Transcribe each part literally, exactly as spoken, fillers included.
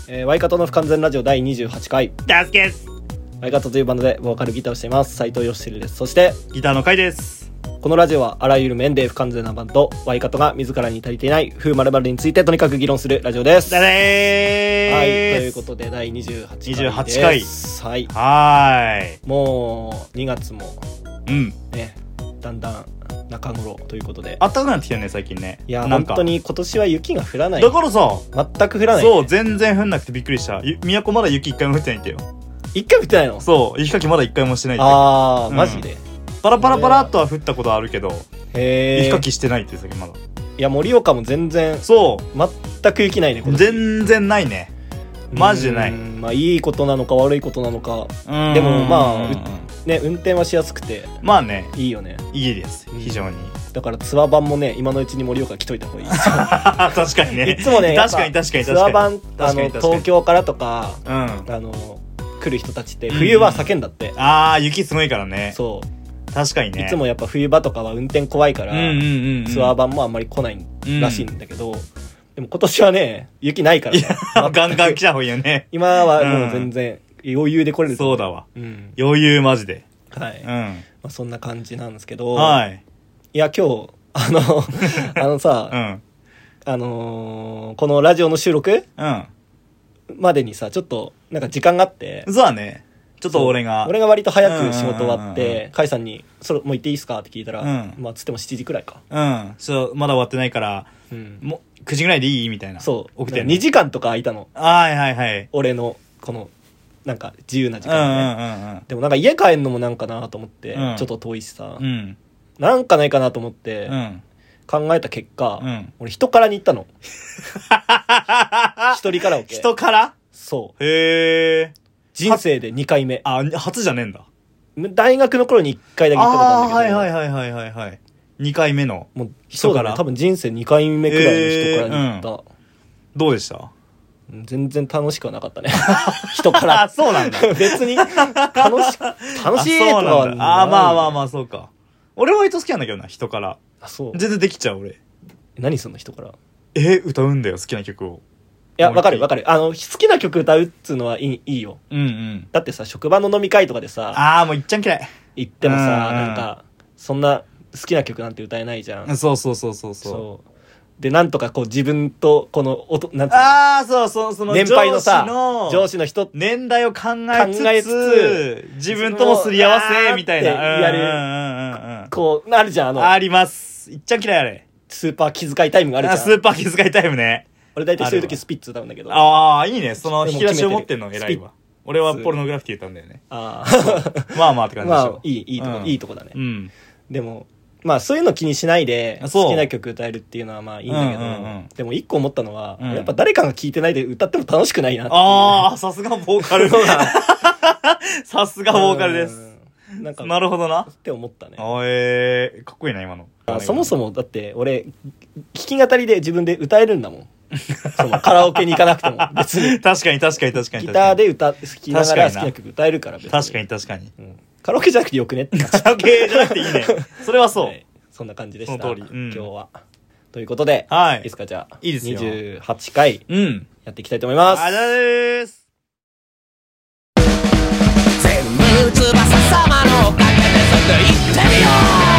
えー、ワイカトの不完全ラジオだいにじゅうはちかいダスケです。 ワイカトというバンドでボーカルギターをしています斉藤よしつるです。そしてギターのカイです。 このラジオはあらゆる面で不完全なバンドワイカトが自らに足りていない風〇〇についてとにかく議論するラジオです。 だねー。 はい、ということでだいにじゅうはちかいです。 にじゅうはちかい。 はい。 はーい。 もうにがつもうんね、だんだん中頃ということで、 暖かくなってきたよね最近ね。 いやなんか本当に今年は雪が降らない。 だからさ、 全く降らない、 そう全然降んなくてびっくりした。ゆ都まだ雪一回も降ってないんだよ。 一回降ってないの？ そう雪かきまだ一回もしてないって。 あー、 うん、 マジでパラパラパラっとは降ったことはあるけど、 へー、 雪かきしてないって先まだ。 いや盛岡も全然そう全く雪ないね。 全然ないね。マジでない。 まあいいことなのか悪いことなのか。 うんでもまあね、運転はしやすくてまあねいいよね。 いいです非常に。 だからツアー版もね今のうちに盛岡来といた方がいいですよ確かにね。 いつもね確かに確かに確かにツアー版あの東京からとか、 うん、 あの来る人たちって冬は叫んだって、 うん、ああ雪すごいからね。 そう確かにね。 いつもやっぱ冬場とかは運転怖いから、 うんうんうんうん、 ツアー版もあんまり来ないらしいんだけど、うん、でも今年はね雪ないからねガンガン来た方がいいよね。 今はもう全然余裕で来れる、ね、 そうだわ、 うん、 余裕マジで。 はい、うん、まあ、そんな感じなんですけど、 はい、 いや今日あのあのさ、 うん、 あのー、このラジオの収録、 うん、 までにさちょっとなんか時間があって、 そうだね。ちょっと俺が俺が割と早く仕事終わって甲斐さんにそれもう行っていいですかって聞いたら、うん、まあつってもしちじくらいか、 うんそうまだ終わってないから、うん、もうくじぐらいでいいみたいな。 そう起きて、ね、 にじかんとか空いたの。 はいはいはい。 俺のこのなんか自由な時間ね、 うんうんうんうん、 でもなんか家帰るのもなんかなと思って、うん、ちょっと遠いしさ、うん、なんかないかなと思って、うん、考えた結果、うん、俺人からに行ったの一人カラオケ。 人から？ そうへえ。 人生でにかいめ。 あ、初じゃねえんだ。 大学の頃にいっかいだけ行ったことあるんだけど。 あ、はいはいはいはいはいはい。にかいめのもう人から、ね、多分人生にかいめくらいの人からに行った、 うん、どうでした？ 全然楽しくはなかったね人からあ、そうなんだ別に楽し楽しいとかはない。 ああ、まあまあまあそうか。俺は割と好きなんだけどな、人から。 あ、そう全然できちゃう俺。 何すんの人から？ え、歌うんだよ好きな曲を。 いや、わかるわかる。あの、好きな曲歌うっつうのはいい、いいよ。 うんうん。 だってさ、職場の飲み会とかでさ、 ああ、もういっちゃん嫌い。 行ってもさ、なんか、そんな好きな曲なんて歌えないじゃん。 そうそうそうそうそう。 そうで、なんとかこう自分と、この、おと、なんつうの？ ああ、そうそう、その、 年配のさ、 上司の、 上司の人、 年代を考えつつ、考えつつ自分ともすり合わせ、みたいな。 やる。うんうんうん。こう、なるじゃん、あの。 あります。いっちゃん嫌いあれ。 スーパー気遣いタイムがあるじゃん。 スーパー気遣いタイムね。 俺大体そういう時スピッツ歌うんだけど。 ああ、いいね。その引き出しを持ってんの偉いわ。俺はポルノグラフィティ歌うんだよね。ああ。まあまあって感じでしょ。 まあ、いい、いいとこ、うん、いいとこだね。 うん。 でも、まあそういうの気にしないで、好きな曲歌えるっていうのはまあいいんだけど、うんうんうん、でも一個思ったのは、うん、やっぱ誰かが聴いてないで歌っても楽しくないなっていう。 ああ、さすがボーカル。さすがボーカルです。なんかなるほどなって思ったね。 あえー、かっこいいな今の。 あそもそもだって俺弾き語りで自分で歌えるんだもんそのカラオケに行かなくても別に確かに確かに確かにギターで歌って好きながら好きな曲歌えるから別に確かに確かに、うん、 カラオケじゃなくてよくねってカラオケじゃなくていいねそれはそう、はい、 そんな感じでしたその通り、うん、 今日はということで、 はい、いいですかじゃあいいですよにじゅうはちかいやっていきたいと思います。 ありがとうございます。 全部翼様のおかげでそれで行ってみよ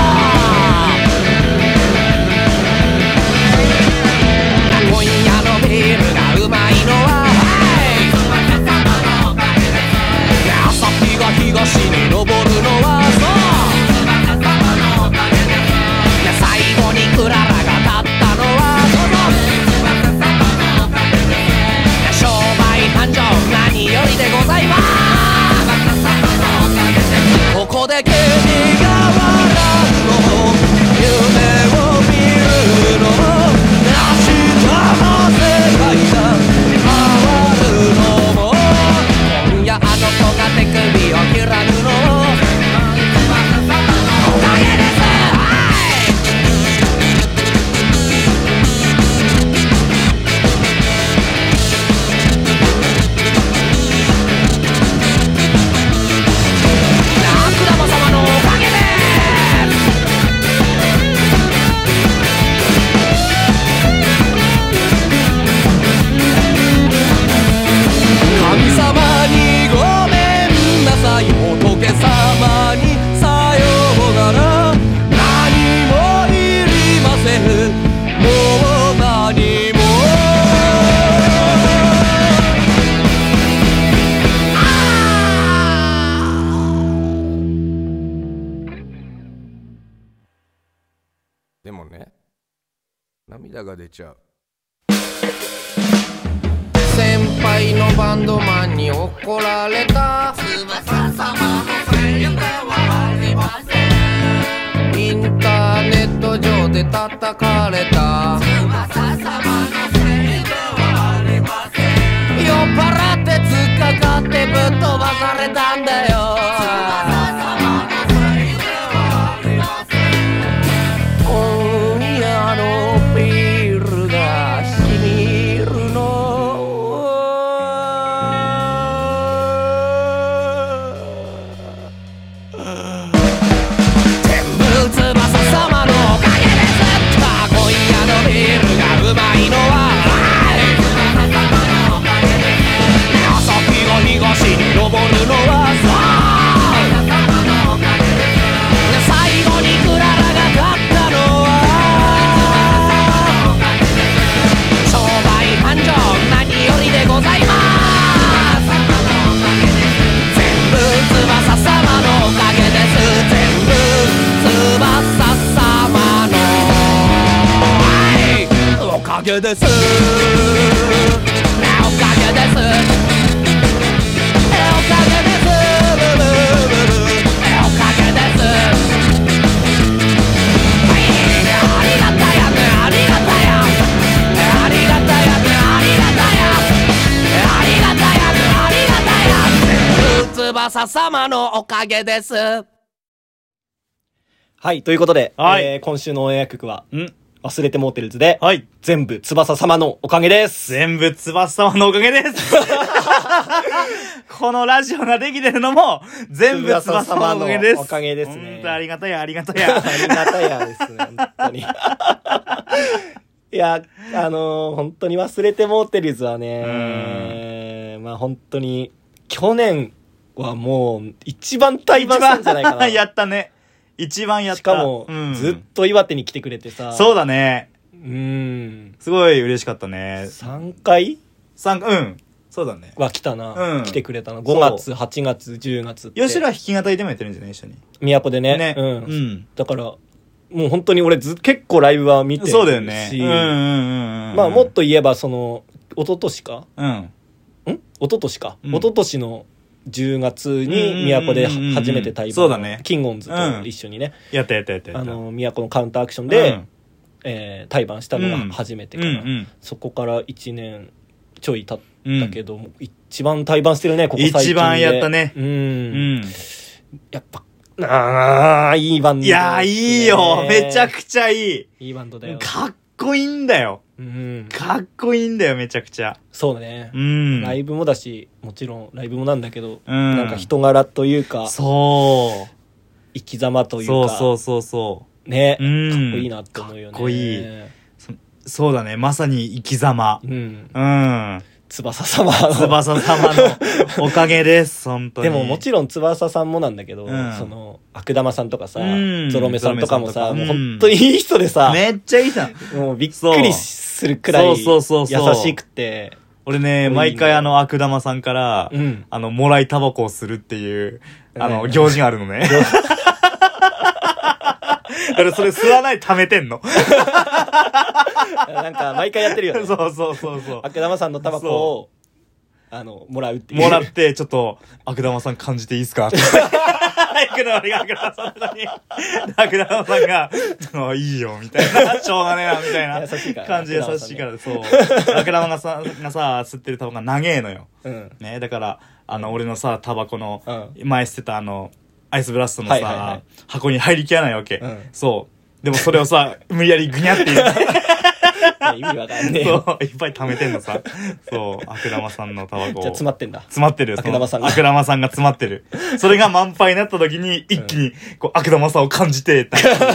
う。今夜のビールがうまいのは朝日が東に昇るのはそう最後にクララが立ったのは商売繁盛何よりでございます。ここで君が笑涙が出ちゃう。 先輩のバンドマンに怒られた。翼様のせいではありません。インターネット上で叩かれた。翼様のせいではありません。酔っ払って突っかかってぶっ飛ばされたんだよ。翼様のせいではありません。今夜のビールがしみるの。うまいのは朝日が東に昇るのは最後にクララが勝ったのは商売繁盛何よりでございます。全部翼様のおかげです。全部翼様のおかげです。おかげです。おかげです。おかげです。ありがたやね、ありがたや。ありがたやね、ありがたや。ありがたやね、ありがたや。全部翼様のおかげです。 はい、ということで、 はいえー、今週のオンエア曲は、 ん忘れてモーテルズで、 はい。 全部翼様のおかげです。 全部翼様のおかげです。このラジオができてるのも、全部翼様のおかげです。 おかげですね。 ほんとありがたや、ありがたや。 ありがたやですね、本当に。いや、あのー、本当に忘れてモーテルズはね、まあ本当に、去年はもう、一番対バンしたんじゃないかな。 やったね。一番やった。 しかも、うん、ずっと岩手に来てくれてさ。 そうだね。 うん。 すごい嬉しかったね。 さんかい ? さん 回、うん。そうだね。 は来たな。 うん。 来てくれたな。ごがつ、はちがつ、じゅうがつって。 吉良弾き語りでもやってるんじゃない一緒に。 都でね。 ね。 うん。 うん。 だから、もう本当に俺ず結構ライブは見てるし。 そうだよね。うんうんうんうん。 まあもっと言えばその、一昨年かうん。 ん一昨年か。 うん、 一昨年のじゅうがつに都で初めて対バン、 そうだね、 キングオンズと一緒にね、 うん、やったやったやったやった、 あの都のカウンターアクションで、 うんえー、対バンしたのが初めてかな、うんうんうん、そこからいちねんちょい経ったけど、うん、一番対バンしてるねここ最近で。 一番やったね。 うん、うん、やっぱあーいいバンド、ね、 いやいいよ、めちゃくちゃいい。 いいバンドだよ。 かっこいいんだよ。うん、かっこいいんだよ、めちゃくちゃ。 そうだね。 うん。 ライブもだし、もちろんライブもなんだけど、うん、なんか人柄というか、 そう。 生き様というか、 そうそうそうそう。 ね、うん、かっこいいなって思うよね。 かっこいい。そ, そうだね、まさに生き様。うん。うん。 翼様の翼様のおかげです、本当に。 でももちろん翼さんもなんだけど、うん、その悪玉さんとかさ、うん、ゾロ目さんとかもさ、もう本当にいい人でさ、 めっちゃいいさ、 もうびっくりするくらい優しくて。 俺ね、毎回あの悪玉さんから、うん、あの、もらいタバコをするっていう、あの、行事があるのね。だからそれ吸わない貯めてんの。 なんか毎回やってるよね。 そうそうそうそう。 悪玉さんのタバコを、あの、もらうっていう。 もらって、ちょっと、悪玉さん感じていいですかって。行くの俺が悪玉さんに。悪玉さんが、あいいよ、みたいな。しょうがねえな、みたいな。優しいから。感じで優しいから、そう。悪玉がさ、がさ、吸ってるタバコが長えのよ。うん。ね、だから、あの、俺のさ、タバコの、前吸ってたあの、アイスブラストのさ、はいはいはい、箱に入りきらないわけ、うん、そうでもそれをさ無理やりグニャって入れて意味わかんねえよ。 そういっぱい貯めてんのさ。そう悪玉さんのタバコじゃあ詰まってんだ。 詰まってる。 悪玉さんが悪玉さんが詰まってる。それが満杯になった時に一気にこう悪玉さんを感じて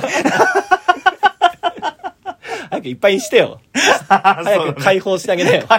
早くいっぱいにしてよ。早く解放してあげなよ。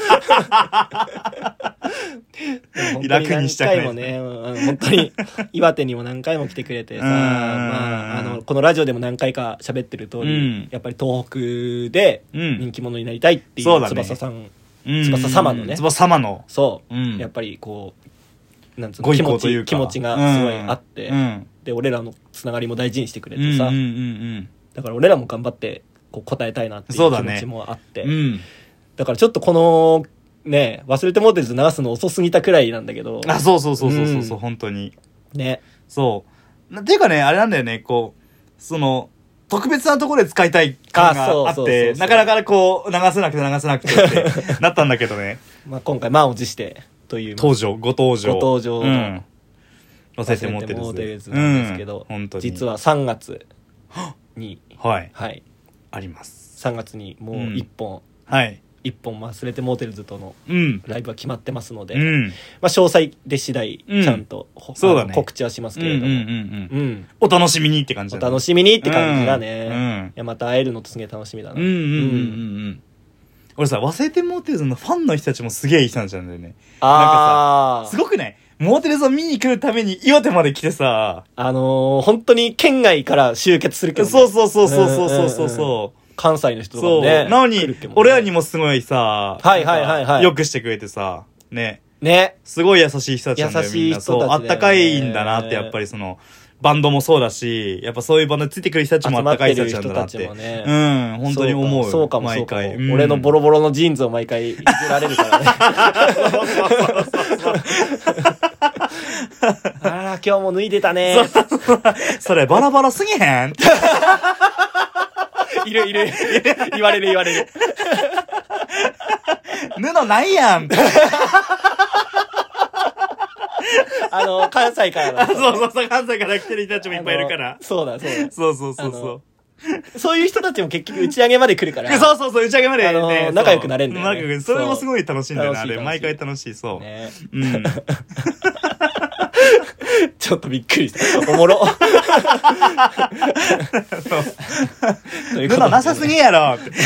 楽にしたくない。 何回もね、本当に岩手にも何回も来てくれてさ、まあ、あのこのラジオでも何回か喋ってる通り、うん、やっぱり東北で人気者になりたいっていう、うん、翼さん、翼様のね、 翼様のそう、うん、やっぱりこうなんつうの気持ち気持ちがすごいあって、うん、で俺らのつながりも大事にしてくれてさ、うんうんうんうん、だから俺らも頑張ってこう答えたいなっていう気持ちもあって、 うん、 だからちょっとこのね忘れてもうてるず流すの遅すぎたくらいなんだけど、 あそうそうそうそうそうそう、うん、本当にね、 そうっていうかねあれなんだよね、こうその特別なところで使いたい感があってなかなかこう流せなくて流せなくてってなったんだけどねまあ今回満を持してという登場ご登場ご登場の、うん忘れてもうてるずなんですけど、 うん、 実はさんがつにはい、 はい、 あります。 さんがつにもういっぽん、うん、 はいいっぽん忘れてもうてるずとのライブは決まってますので、 うん、 まあ詳細で次第ちゃんと、うん、そうだね、告知はしますけれども、うんうんうんうん、お楽しみにって感じだね。 お楽しみにって感じだね、 うんうん、 いやまた会えるのとすげえ楽しみだな。 うんうんうんうん、うん、俺さ忘れてもうてるずのファンの人たちもすげえいい人なんじゃんだよね。 あなんかさすごくないモーテルズを見に来るために岩手まで来てさ、 あのー、本当に県外から集結するけど、ね、 そうそうそうそうそうそうそうそう、うんうん、 関西の人とかもね、 なのに、ね、俺らにもすごいさ、 はいはいはいはい、 よくしてくれてさねね、 すごい優しい人たちなんだよ、 優しい人たちだよね、 みんなそうあったかいんだなって、やっぱりそのバンドもそうだし、やっぱそういうバンドについてくる人たちもあったかい人たちなんだなって、ね、うん本当に思う。 そうかもそうかも、毎回、うん、俺のボロボロのジーンズを毎回いじられるからねそうそうそうそうあら今日も脱いでたねそうそうそれバラバラすぎへんいるいる言われる言われる布ないやんあの関西からそうそうそう関西から来てる人たちもいっぱいいるからそうだそうだそうそうそうそうそういう人たちも結局打ち上げまで来るからそうそうそう打ち上げまで、ね、 あのー、仲良くなれるんだよね。 仲良くそれもすごい楽しいんだよね。あれ毎回楽しいそう、 ね、 うんちょっとびっくりしたおもろそう布なさすぎやろって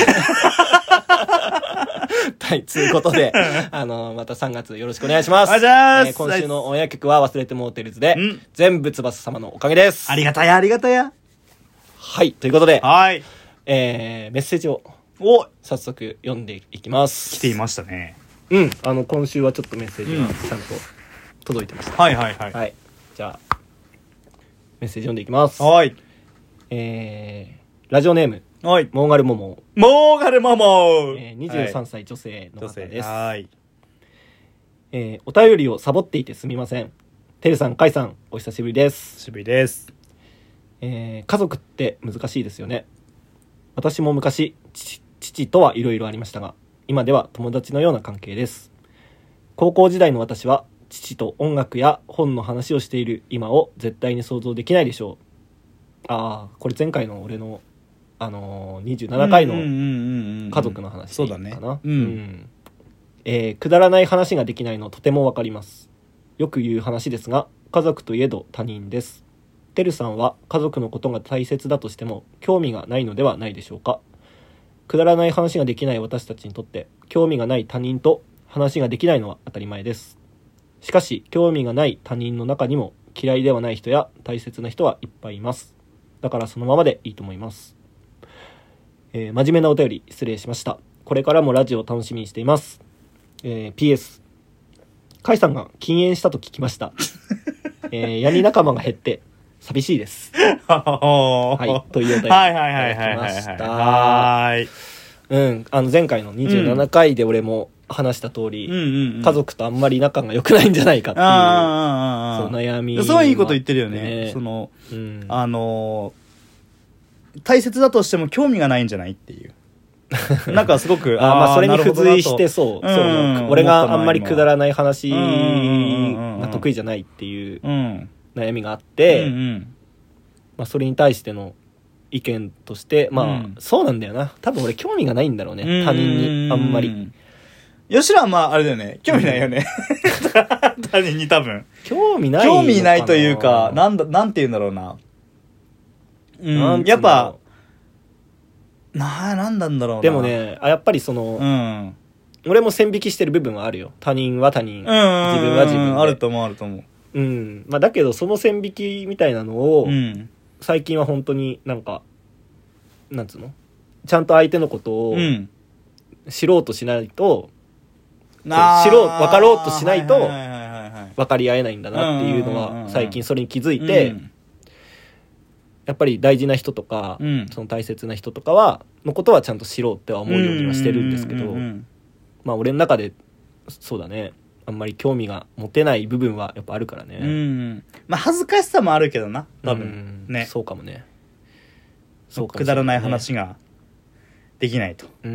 はい、ということで、あのー、またさんがつよろしくお願いします。 お願いします。 えー、今週のオンエア曲は忘れてもうてるずで、全部翼様のおかげです。 ありがたや、ありがたや。 はい、ということで、 はい。 えー、メッセージを、 お早速読んでいきます。 来ていましたね。 うん、あの、今週はちょっとメッセージがちゃんと届いてました。 うん、はいはいはい。 はい。じゃあ、メッセージ読んでいきます。 はい。 えー、ラジオネーム、 はい。 モーガルモモ。 モーガルモモ、 えー、にじゅうさんさい女性の方です。 はい。 えー、お便りをサボっていてすみません。てるさん、かいさん、お久しぶりです。 久しぶりです。 えー、家族って難しいですよね。私も昔、父、父とはいろいろありましたが、今では友達のような関係です。高校時代の私は、父と音楽や本の話をしている今を絶対に想像できないでしょう。ああ、これ前回の俺のあのー、にじゅうななかいの家族の話かな。 そうだね。 うんうん、えー、くだらない話ができないのとてもわかります。よく言う話ですが、家族といえど他人です。てるさんは家族のことが大切だとしても興味がないのではないでしょうか。くだらない話ができない私たちにとって興味がない他人と話ができないのは当たり前です。しかし興味がない他人の中にも嫌いではない人や大切な人はいっぱいいます。だからそのままでいいと思います。えー、真面目なお便り失礼しました。これからもラジオを楽しみにしています。えー、ピーエス 甲斐さんが禁煙したと聞きました、えー、ヤニ仲間が減って寂しいですはいというお便りいただきました。 はい、 うん、あの前回のにじゅうななかいで俺も話した通り、うんうんうん、家族とあんまり仲が良くないんじゃないかっていう、 あそう悩み、 そういいこと言ってるよね。その、うん、あのー大切だとしても興味がないんじゃないっていうなんかすごくあ、まあ、それに付随してそう、うん、そう俺があんまりくだらない話が得意じゃないっていう悩みがあって、うんうん、まあ、それに対しての意見としてまあ、うん、そうなんだよな、多分俺興味がないんだろうね、他人にあんまり。 吉田はまああれだよね、興味ないよね他人に多分興味ない興味ないというか、なんだなんて言うんだろうな、うん、やっぱなあ、なんなんだろうな。 でもね、あやっぱりその、うん、俺も線引きしてる部分はあるよ。他人は他人、自分は自分で。 あると思う、あると思う。 うん。まあだけどその線引きみたいなのを、うん、最近は本当になんかなんつうの、ちゃんと相手のことを知ろうとしないと、うん、知ろう分かろうとしないと分かり合えないんだなっていうのは最近それに気づいて。うん、 やっぱり大事な人とか、 うん、 その大切な人とかはのことはちゃんと知ろうっては思うようにはしてるんですけど、 うんうんうんうん、 まあ俺の中でそうだね、あんまり興味が持てない部分はやっぱあるからね。 うん、まあ恥ずかしさもあるけどな多分、 うん、 ね、 そうかもね。 そうかもしれないね、くだらない話ができないと。 うん、うん、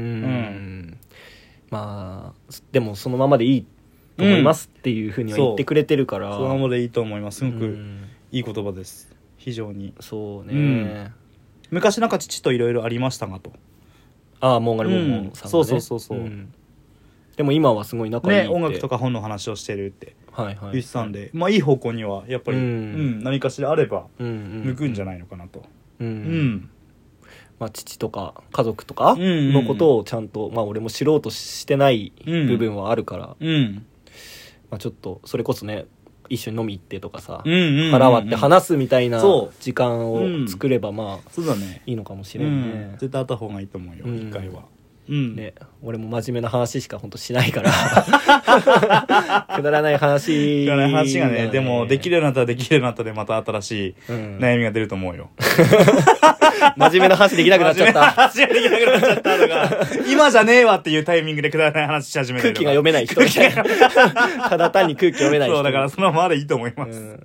まあでもそのままでいいと思いますっていうふうには言ってくれてるから、 うん、そ, そのままでいいと思います。すごくいい言葉です。非常に。 そうね、うん、 昔なんか父といろいろありましたがと。 ああモンガルモンモンさんがね、 うん、そうそうそうそう、うん、 でも今はすごい仲いいって、 ね、音楽とか本の話をしてるって言ってたんで、 はいはいはい、 まあいい方向にはやっぱり、うんうん、何かしらあれば向くんじゃないのかなと。 うん、うんうんまあ、父とか家族とかのことをちゃんと、まあ、俺も知ろうとしてない部分はあるから、 うんうんまあ、ちょっとそれこそね一緒に飲み行ってとかさ、 うんうんうんうん、 腹割って話すみたいな時間を作ればまあ、 そうだね、 いいのかもしれんね、 うん、絶対あった方がいいと思うよ、 うん、 一回は、うんね、俺も真面目な話しか本当しないからくだらない話くだらない話がね、でもできるようになったらできるようになったでまた新しい悩みが出ると思うよ、 うん、真面目な話できなくなっちゃった話ができなくなっちゃったとか今じゃねえわっていうタイミングでくだらない話し始める空気が読めない人みたいなただ単に空気読めない人、 そうだからそのままでいいと思います、うんうん、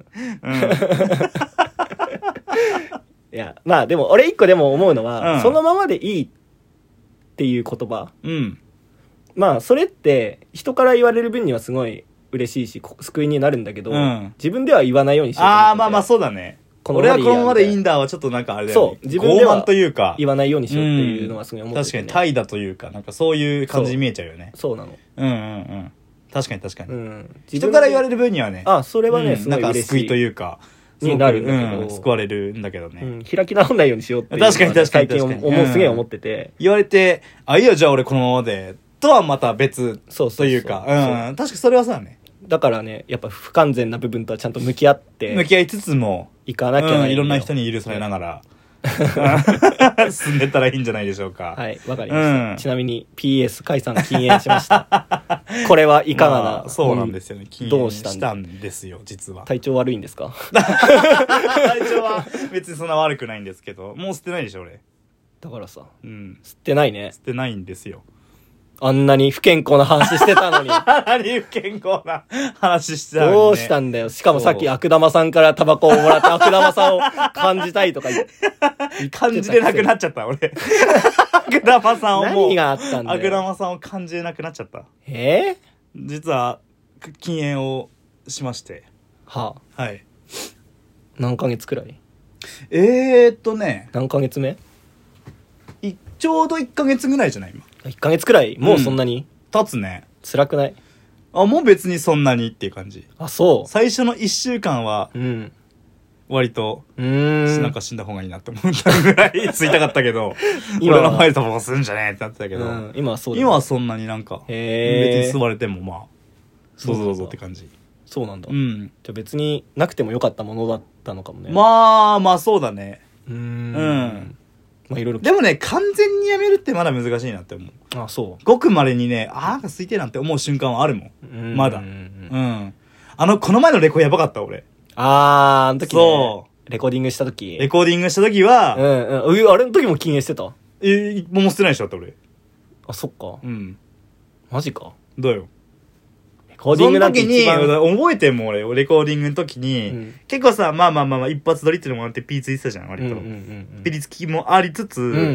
いやまあでも俺一個でも思うのは、 うん、 そのままでいいっていう言葉、 うん、 まあそれって人から言われる分にはすごい嬉しいし救いになるんだけど、うん、自分では言わないようにしようと思って。 ああまあまあそうだね、俺はこのままでいいんだはちょっとなんかあれだよね、 そう自分では傲慢というか言わないようにしようっていうのはすごい思ってて、ね、 うん、確かに怠惰というかなんかそういう感じに見えちゃうよね。 そうなの、 うんうんうん確かに確かに、うん、 人人から言われる分にはね、 あそれはね、うん、すごい嬉しい、 なんか救いというかになるんだけど、 うん、救われるんだけどね、 うん、開き直んないようにしようっていうのは、ね、 確かに確かに最近思う、すげえ思ってて、 言われてあいいよじゃあ俺このままでとはまた別というか、うん、確かそれはそうだね。 だからねやっぱ不完全な部分とはちゃんと向き合って向き合いつつもいかなきゃない、 うん、いろんな人に許されながら、うん、進んでったらいいんじゃないでしょうか。 はいわかりました、うん、ちなみに ピーエス 解散禁煙しましたこれはいかがな、まあ、そうなんですよね、禁煙したんですよ実は。 体調悪いんですか体調は別にそんな悪くないんですけど、もう吸ってないでしょ俺。 だからさ、 うん、 吸ってないね。 吸ってないんですよ。 あんなに不健康な話してたのに何不健康な話してたのに、ね、 どうしたんだよ。しかもさっき悪玉さんからタバコをもらって悪玉さんを感じたいとか言って感じれなくなっちゃった俺悪玉さんをもう何があったんだよ。 悪玉さんを感じれなくなっちゃった。 えー、 実は禁煙をしまして。 はあ、はい。 何ヶ月くらい？ えーっとね何ヶ月目？ いちょうどいっかげつぐらいじゃない今。 いっかげつくらいもうそんなに、 うん、経つね。 辛くない？ あもう別にそんなにっていう感じ。 あそう最初のいっしゅうかんはうん割とうーんなんか死んだ方がいいなって思ったぐらい吸いたかったけど俺の前でタバコ吸うんじゃねえってなってたけど、うん、 今はそうだ、 ね、今はそんなになんかへ別に吸われてもまあそうぞどうぞって感じ。 そうなんだ、 うん、 じゃあ別になくてもよかったものだったのかもね。 まあまあそうだね。 うーんうんまあいろいろ。 でもね完全にやめるってまだ難しいなって思う。 あそうごくまれにねあなんか吸いてえなって思う瞬間はあるもん。 うんまだううんんあのこの前のレコやばかった俺。 あーあの時ねそうレコーディングした時レコーディングした時はうんうんあれの時も禁煙してた？ え一本も捨てないでしょだって俺。 あそっかうんマジか。 どうよレコーディングなんて一番その時に覚えてんもん俺レコーディングの時に、うん、結構さまあまあまあまあ一発撮りっていうのもあってピーついてたじゃん割と、うんうんうんうん、ピリつきもありつつ、うんうん、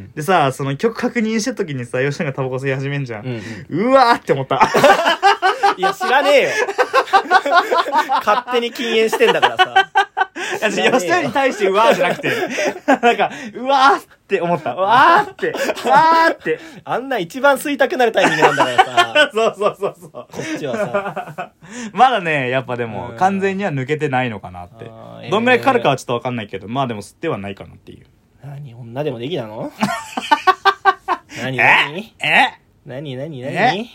でさその曲確認した時にさ吉永がタバコ吸い始めんじゃん、うんうん、うわーって思ったいや知らねえよ勝手に禁煙してんだからさ吉永に対してうわーじゃなくてなんかうわーって思ったうわーってうわーってあんな一番吸いたくなるタイミングなんだからさそうそうそうそうこっちはさまだねやっぱでも完全には抜けてないのかなって、えー、どんぐらいかかるかはちょっと分かんないけどまあでも吸ってはないかなっていう。 何女でもできなの何何え何何何何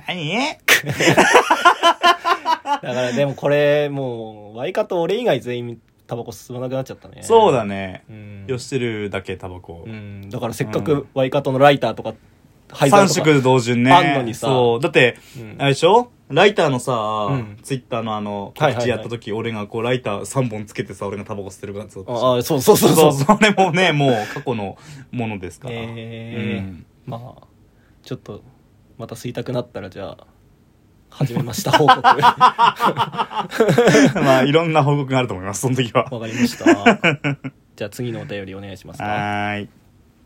だからでもこれもうワイカと俺以外全員タバコ吸わなくなっちゃったね。 そうだね、 うん、 よしてるだけタバコ、 うん、だからせっかくワイカとのライターとかさん色同順ねあんのにさそうだって、うん、あれでしょライターのさ、 うん、 ツイッターのあの告知やった時、はいはいはい、俺がこうライターさんぼんつけてさ、俺がタバコ吸ってるやつを。 ああ、そうそうそうそう。 そう、それもね、もう過去のものですから。 えー、うん、まあちょっとまた吸いたくなったらじゃあ始めました報告。 まあいろんな報告があると思います、その時は。 わかりました。じゃあ次のお便りお願いしますか。 はい。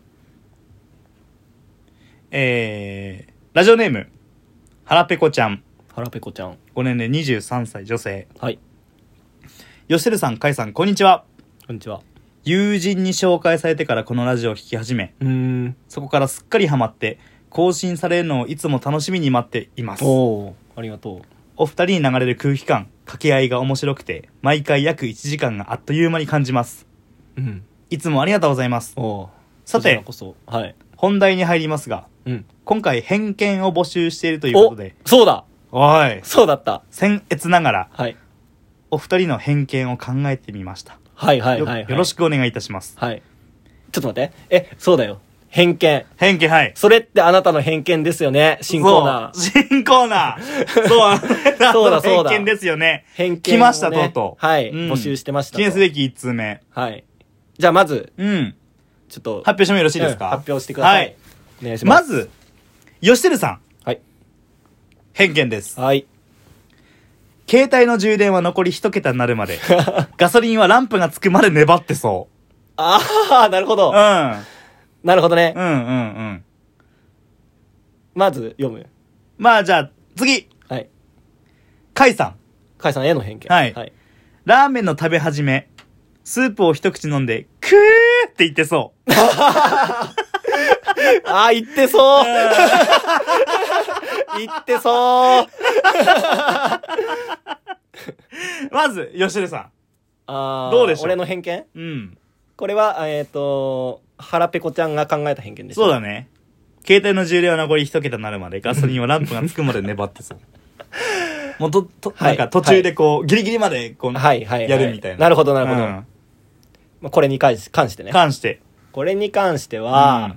えー、ラジオネームはらぺこちゃん。 はらぺこちゃん。 ごねん齢にじゅうさんさい女性。 はい。 吉輝さん、かいさん、こんにちは。 こんにちは。 友人に紹介されてからこのラジオを聞き始め、 うーん、 そこからすっかりハマって更新されるのをいつも楽しみに待っています。 おー、ありがとう。 お二人に流れる空気感、掛け合いが面白くて毎回約いちじかんがあっという間に感じます。 うん、いつもありがとうございます。 おさてこそ、はい、 本題に入りますが、うん、今回偏見を募集しているということで。 お、そうだ、 おい、 そうだった。 僭越ながら、 はい、 お二人の偏見を考えてみました。 はいはいはい、はい、 よ, よろしくお願いいたします。 はい。ちょっと待って。え、そうだよ。偏見。 偏見、はい。 それってあなたの偏見ですよね。新コーナー。新コーナー。そう、そうだそうだ。偏見ですよね。 偏見、ね。 来ました、とうとう。はい、うん。募集してました。 記念すべきいっつうめ。 はい。じゃあまず、 うん。 ちょっと。 発表してもよろしいですか、 うん、発表してください。はい。お願いします。 まず、吉輝さん。 はい。 偏見です。 はい。 携帯の充電は残り一桁になるまでガソリンはランプがつくまで粘ってそう。 ああ、なるほど。うん。なるほどね。 うんうんうん。 まず読む。 まあじゃあ次。はい。カイさん。 カイさんへの偏見。 はい。はい、ラーメンの食べ始め、スープを一口飲んでクーって言ってそう。 ああ、言ってそう。言ってそう。 まず吉輝さん、 あ、 どうでしょう。 俺の偏見。 うん、 これはえっ、ー、とはらぺこちゃんが考えた偏見です。 そうだね。携帯の充電は残り一桁になるまでガソリンはランプがつくまで粘ってそう。もうとと、はい、なんか途中でこう、はい、ギリギリまでこう、はいはいはい、やるみたいな。 なるほどなるほど、うん、まあ、これに関し、関してね関してこれに関しては、うん、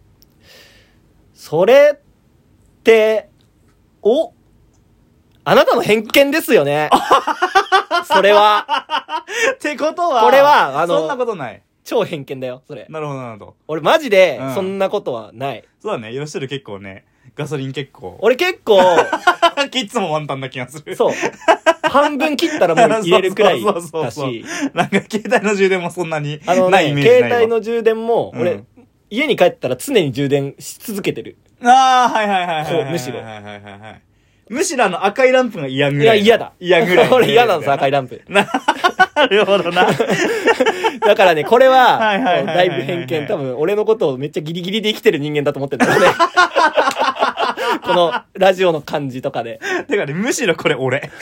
それっておあなたの偏見ですよね。それは。 ってことは、 これは、あの、 そんなことない。 超偏見だよ、それ。 なるほど、なるほど。 俺マジで、そんなことはない。うん、 そうだね、吉輝結構ね、ガソリン結構。 俺結構、 いつもワンタンな気がする。 そう。半分切ったらもう入れるくらいだし。そうそうそうそう。 なんか携帯の充電もそんなにあの、ね、 ないイメージないわ。 携帯の充電も、俺、うん、家に帰ったら常に充電し続けてる。 ああ、はいはいはいはい。 そう、むしろ。 はいはいはいはい。むしろあの赤いランプが嫌ぐらい。 いや、嫌だ。 嫌ぐらい。 俺嫌なんです、赤いランプ。 なるほどな。 だからね、これは、だいぶ偏見。多分、俺のことをめっちゃギリギリで生きてる人間だと思ってるんだよね。この、ラジオの感じとかで。 てかね、むしろこれ俺。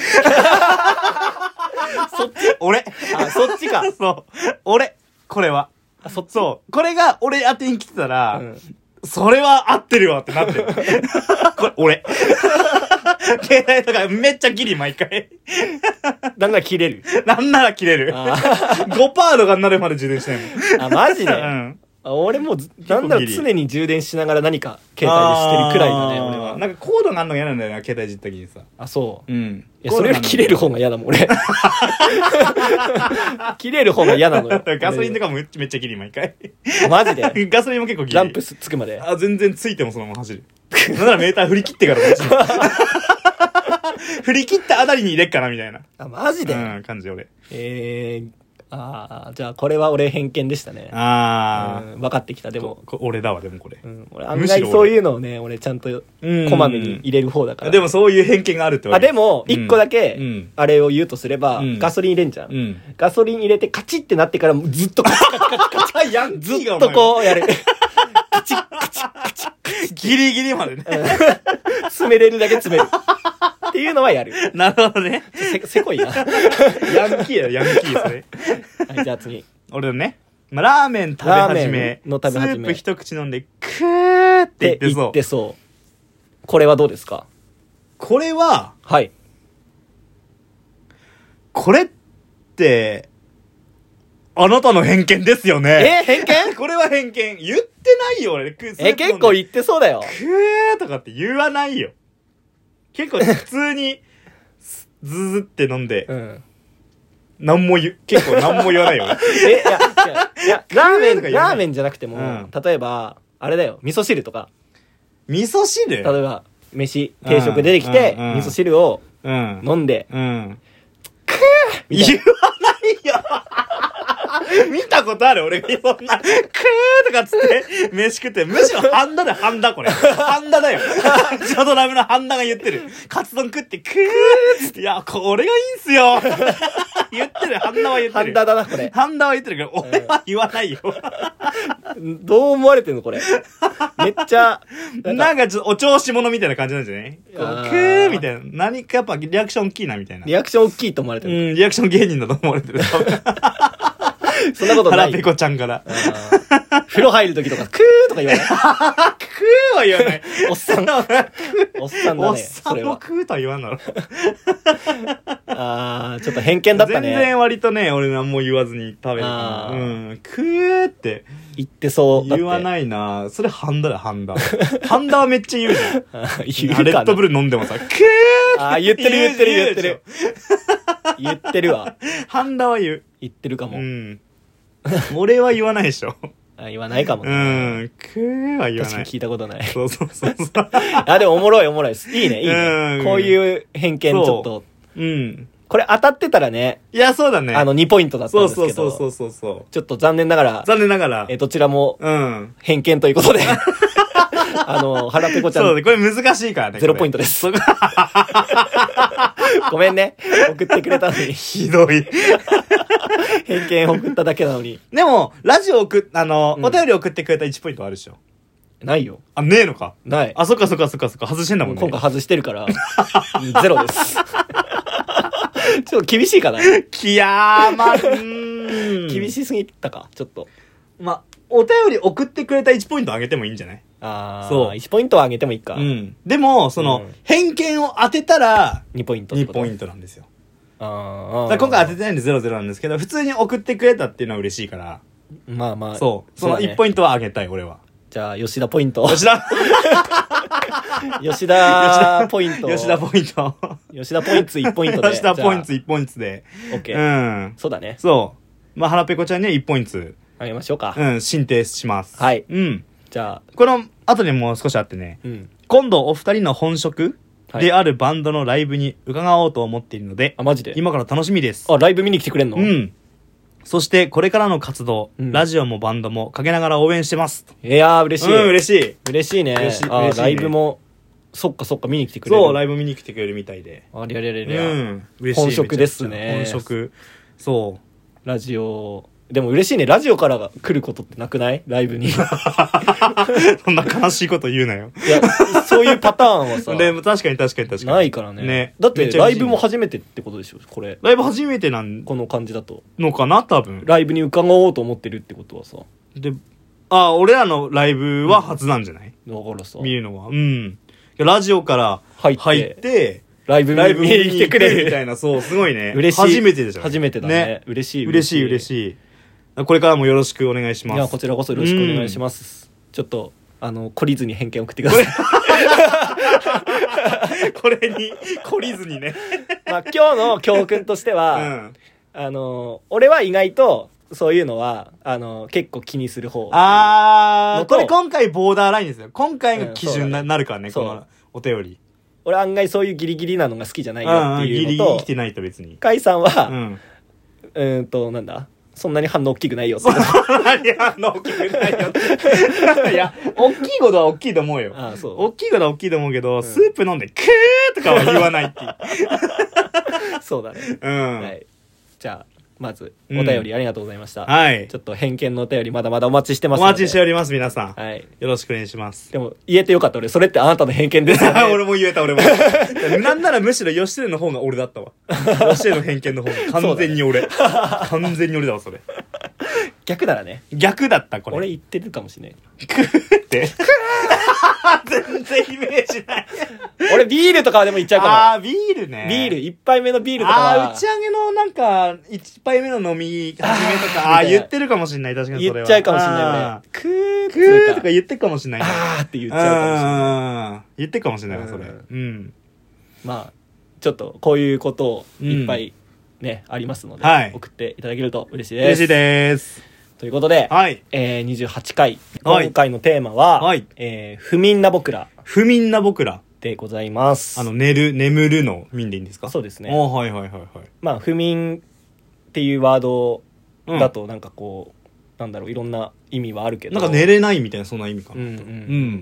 そっち俺。 あ、そっちか。 そう。俺。これは。 あ、そっち。 そう。これが俺当てに来てたら、うん、それは合ってるわってなってる。これ、俺。携帯とかめっちゃギリ毎回。 なんなら切れる。 なんなら切れる。ごパーセント とかになるまで充電しないもん。 あ、マジで、うん、俺もなんなら常に充電しながら何か携帯でしてるくらいだね、俺は。 なんかコードがあんのが嫌なんだよな、携帯いじった時にさ。 あ、そう。 うん。 いや、それより切れる方が嫌だもん、俺。切れる方が嫌なのよ。 ガソリンとかもめっちゃ切り、毎回。 マジでガソリンも結構切り。 ランプつくまで。 あ、全然ついてもそのまま走る。なんならメーター振り切ってから走る。振り切ったあたりに入れっかなみたいな。 あ、マジで。 うん、感じ俺。 えー、ああ、じゃあこれは俺偏見でしたね。 ああ、 うん、分かってきた。でも俺だわ、でもこれ。 うん、俺案外そういうのをね、俺ちゃんとこまめに入れる方だから。 でもそういう偏見があるってわけ。あ、でも一個だけあれを言うとすれば、うん、ガソリン入れんじゃん、うん。ガソリン入れてカチってなってからずっとカチカチカチカチ。 ヤンキーがずっとこうやる。カチカチカチ。 ギリギリまでね。 詰めれるだけ詰める。っていうのはやる。 なるほどね。 せ、せこいな。ヤンキーや、ヤンキーそれ。 はい、じゃあ次。 俺のね、まあ、ラーメン食べ始め、の食べ始めスープ一口飲んで、クーって言ってそう。 言ってそう。これはどうですか？ これは、 はい。 これって、あなたの偏見ですよね。 え、偏見？ これは偏見。言ってないよ、俺。 え、結構言ってそうだよ。 クーとかって言わないよ。 結構普通にズズって飲んで、 うん。 何も言う、結構何も言わないよね。 え、いや、違ういや、ラーメン、 とか言わないラーメンじゃなくても、 うん例えば、あれだよ、味噌汁とか、 味噌汁例えば、飯、定食出てきて、 うんうんうん味噌汁をうん。 飲んで、 うん。 みたい言わないよ見たことある俺がそんな、クーとかつって、飯食って、むしろハンダだよ、ハンダこれ。ハンダだよ。ジョドラムのハンダが言ってる。カツ丼食って、クーつって、いや、これがいいんすよ。言ってる、ハンダは言ってる。 ハンダだな、これ。 ハンダは言ってるけど、俺は言わないよ。 どう思われてんの、これ。めっちゃ、 なんかちょっとお調子者みたいな感じなんじゃないこうあークーみたいな。何かやっぱリアクション大きいなみたいな。 リアクション大きいと思われてうる。 ん、リアクション芸人だと思われてる。 そんなことない。 腹ペコちゃんから。 あー風呂入るときとか、クーとか言わない。 クーは言わない。 おっさん。おっさんだね、 おっさそれは。 んもクーとは言わんだろ。 あー、ちょっと偏見だったね。 全然割とね、俺何も言わずに食べるかあーら。うん。クーって言ってそう。い。 言わないな。それハンダだよ、ハンダ。ハンダはめっちゃ言うじゃん。 言うかな。 レッドブル飲んでもさ、クーあー、言ってる言ってる言って言うる。言ってるわ。 ハンダは言う。 言ってるかも。 うん。俺は言わないでしょ。 あ、言わないかもうね。 ん。クーは言わ確かにない。 聞いたことない。 そうそうそうそう。 あ、でもおもろいおもろいです。いいね、いいうん。 ねこういう偏見ちょっと。 うん。 これ当たってたらね、 いや、そうだね。 あのにポイントだったんそうですけど。 そうそうそうそう。 ちょっと残念ながら、 残念ながら。 えーどちらもうん。 偏見ということで、あの、腹ペコちゃん、 そうだ、これ難しいからね。 ゼロポイントですそこごめんね。送ってくれたのに、 ひどい。 偏見送っただけなのに。 でも、ラジオ送っ、あの、 うんお便り送ってくれたいちポイントあるでしょ。 ないよ。 あ、ねえのか。 ない。 あ、そっかそっかそっかそっか、外してんだもんね。 今回外してるから、ゼロです。ちょっと厳しいかな。 きやーま、うーん。 厳しすぎたか、ちょっと。 ま、お便り送ってくれたいちポイントあげてもいいんじゃないあー、 そういちポイントは上げてもいいか。 うん。でも、その、 うん偏見を当てたら、 にポイントってにこと。 ポイントなんですよ。 あーだから今回当ててないんでゼロゼロなんですけど、普通に送ってくれたっていうのは嬉しいから、 まあまあ。 そう。そのいちント。 ポイントはあげたい、俺は。 じゃあ、吉田ポイント。 吉田吉田ポイント。 吉田ポイント。 吉田ポイントいちポイントで。 吉田ポイントじゃいちポイントで。 あ。オッケうー。 ん。 そうだね。 そう。まあ、腹ペコちゃんにはいちポイント、 あげましょうか。 うん、進呈します。 はいうん。 じゃあ、 この後にもう少しあってね、 うん。 今度お二人の本職はいであるバンドのライブに伺おうと思っているので、 あ、マジで今から楽しみです。 あ、ライブ見に来てくれんのう。ん。そして、これからの活動、 うんラジオもバンドもかけながら応援してます。 いやー、嬉しい。 うん、嬉しい。 嬉しいね。 嬉しいあ嬉しいねライブも、そっかそっか見に来てくれる。 そう、ライブ見に来てくれるみたいで。 ありゃりゃりゃうりゃ。 ん。嬉しい。 本職ですねめちゃくちゃ本職。そラジオ、でも嬉しいね。ラジオからが来ることってなくないライブに。いう。そんな悲しいこと言うなよ。 や、そういうパターンはさ、 でも確かに確かに確かに。 ないからね。 ねだってめっちゃ嬉しいライブも初めてってことでしょこれ。 ライブ初めてなんこの感じだと。 のかな多分。 ライブに伺おうと思ってるってことはさ。 で、あ、俺らのライブは初なんじゃない、 だからさ、 見るのは。うん。ラジオから入って入って、 ライブライブ見に来てくれる。 みたいな、そう、すごいね。 嬉しい。 初めてでしょ。 初めてだね。嬉しい。 嬉しい嬉い。 しい。これからもよろしくお願いします。 いや、こちらこそよろしくお願いします。ちょっと、あの、懲りずに偏見送ってください。 これに、懲りずにね。 まあ、今日の教訓としてうは、 ん。 あの、俺は意外と、そういうのは、あの、結構気にする方。 あー、 のとこれ今回ボーダーラインですよ。今回が基準になうんそうだねなるからね、 そうこのお便り。 俺案外そういうギリギリなのが好きじゃないようんうん、 ってギリギリいうのと生き、てないと別に。 カイさんうは、 ん。 うーんと、なんだそんなに反応大きくないよって。 何あんな大きくないよって。いや、大きいことは大きいと思うよ。 ああ、そう。 大きいことは大きいと思うけど、スープ飲んで、クーとかは言わないっていう。 そうだね。 うん。 はい。じゃあ、まず、 うんお便りありがとうございました。 はいち。ょっと偏見のお便りまだまだお待ちしてまおすので。 待ちしております、皆さん。 はい。 よろしくお願いします。 でも、言えてよかった俺。それってあなたの偏見ですよね。 俺も言えた、俺も。なんならむしろ吉テの方が俺だったわ。吉テの偏見の方が完全に俺。完全に俺だわ、それ。 逆ならね。 逆だった、これ。 俺言ってるかもしれない。 クーって。全然イメージない。 俺ビールとかはでも言っちゃうかあー、ビールね。 も。ビール、一杯目のビールとかあはー、打ち上げのなんか、一杯目の飲み始めとか、あー、 あーみたいな言ってるかもしんない、確かにそれは。 言っちゃうかもしれないあ俺。クーークーとか言ってるかもしんないね。 あーって言っちゃうかもしれない。 あー言ってるかもしんないわ、それ。 うんうん。 まあちょっとこういうことをいっぱいね、うん、ありますので、 はい、 送っていただけると嬉しいです。 嬉しいです。 ということで、 はい、 えー、にじゅうはちかい、今回のテーマは、 はい、 えー、不眠な僕ら。 不眠な僕らでございます。 あの、寝る、眠るの眠でいいんですか？ そうですね。 おはいはいはいはい。 まあ、不眠っていうワードだと、なんかこう、うん、なんだろう、いろんな意味はあるけど。 なんか寝れないみたいな、そんな意味かなと。うん、うん。うん。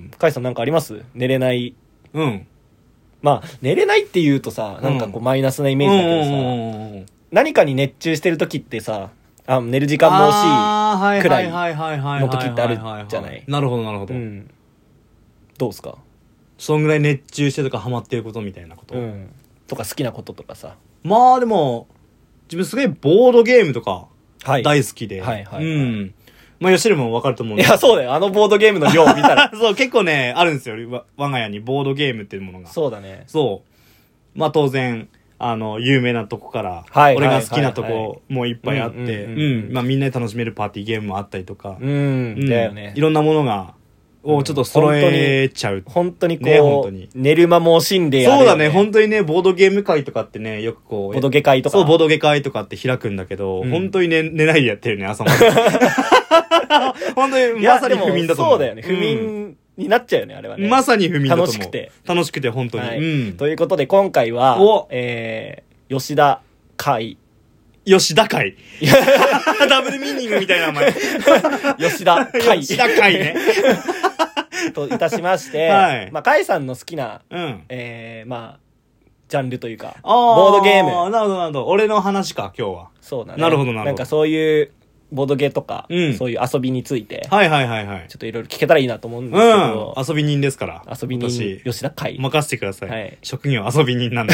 深井さんなんかあります？寝れない。 うん。 まあ、寝れないって言うとさ、なんかこう、マイナスなイメージだけどさ、うんうんうん、何かに熱中してる時ってさ、あ、寝る時間も惜しいくらいの時ってあるじゃない。 なるほどなるほど、うん、 どうですか？ そんぐらい熱中してとかハマってることみたいなこと、 うん、とか好きなこととかさ。 まあでも自分すごいボードゲームとか大好きで、 はいはいはいはい、 うん、まあ吉野も分かると思うんで。 いやそうだよ、あのボードゲームの量を見たらそう結構ねあるんですよ、我が家にボードゲームっていうものが。 そうだね。 そうまあ当然あの有名なとこから、はい、俺が好きなとこもいっぱいあってまあみんなで楽しめるパーティーゲームもあったりとか、 うん、うん、だよね。 いろんなものがをちょっと揃えちゃう、 うん、本当にこう、ね、本当に寝る間も惜しんでやるよね。 そうだね、本当にね、ボードゲーム会とかってね、よくこうボードゲ会とか、 そうボードゲ会とかって開くんだけど、うん、本当にね寝ないでやってるね、朝まで。本当にまさに不眠だと思う。 そうだよね、不眠になっちゃうよね、あれはね。 まさに不眠だと思う。 楽しくて楽しくて本当に、はい、うん、 ということで今回はえー、吉田会吉田会ダブルミーニングみたいな名前。 吉田会吉田会ね。 といたしまして、はい、まあ甲斐さんの好きな、うん、えー、まあジャンルというかボードゲーム。 なるほどなるほど。俺の話か今日は。 そうだね。 なるほどなるほど。 なんかそういうボードゲーとか、うん、そういう遊びについて、 はいはいはいはい。 ちょっといろいろ聞けたらいいなと思うんですけど、 うん、遊び人ですから。 遊び人吉田会。 任せてください。はい、職業遊び人なんで。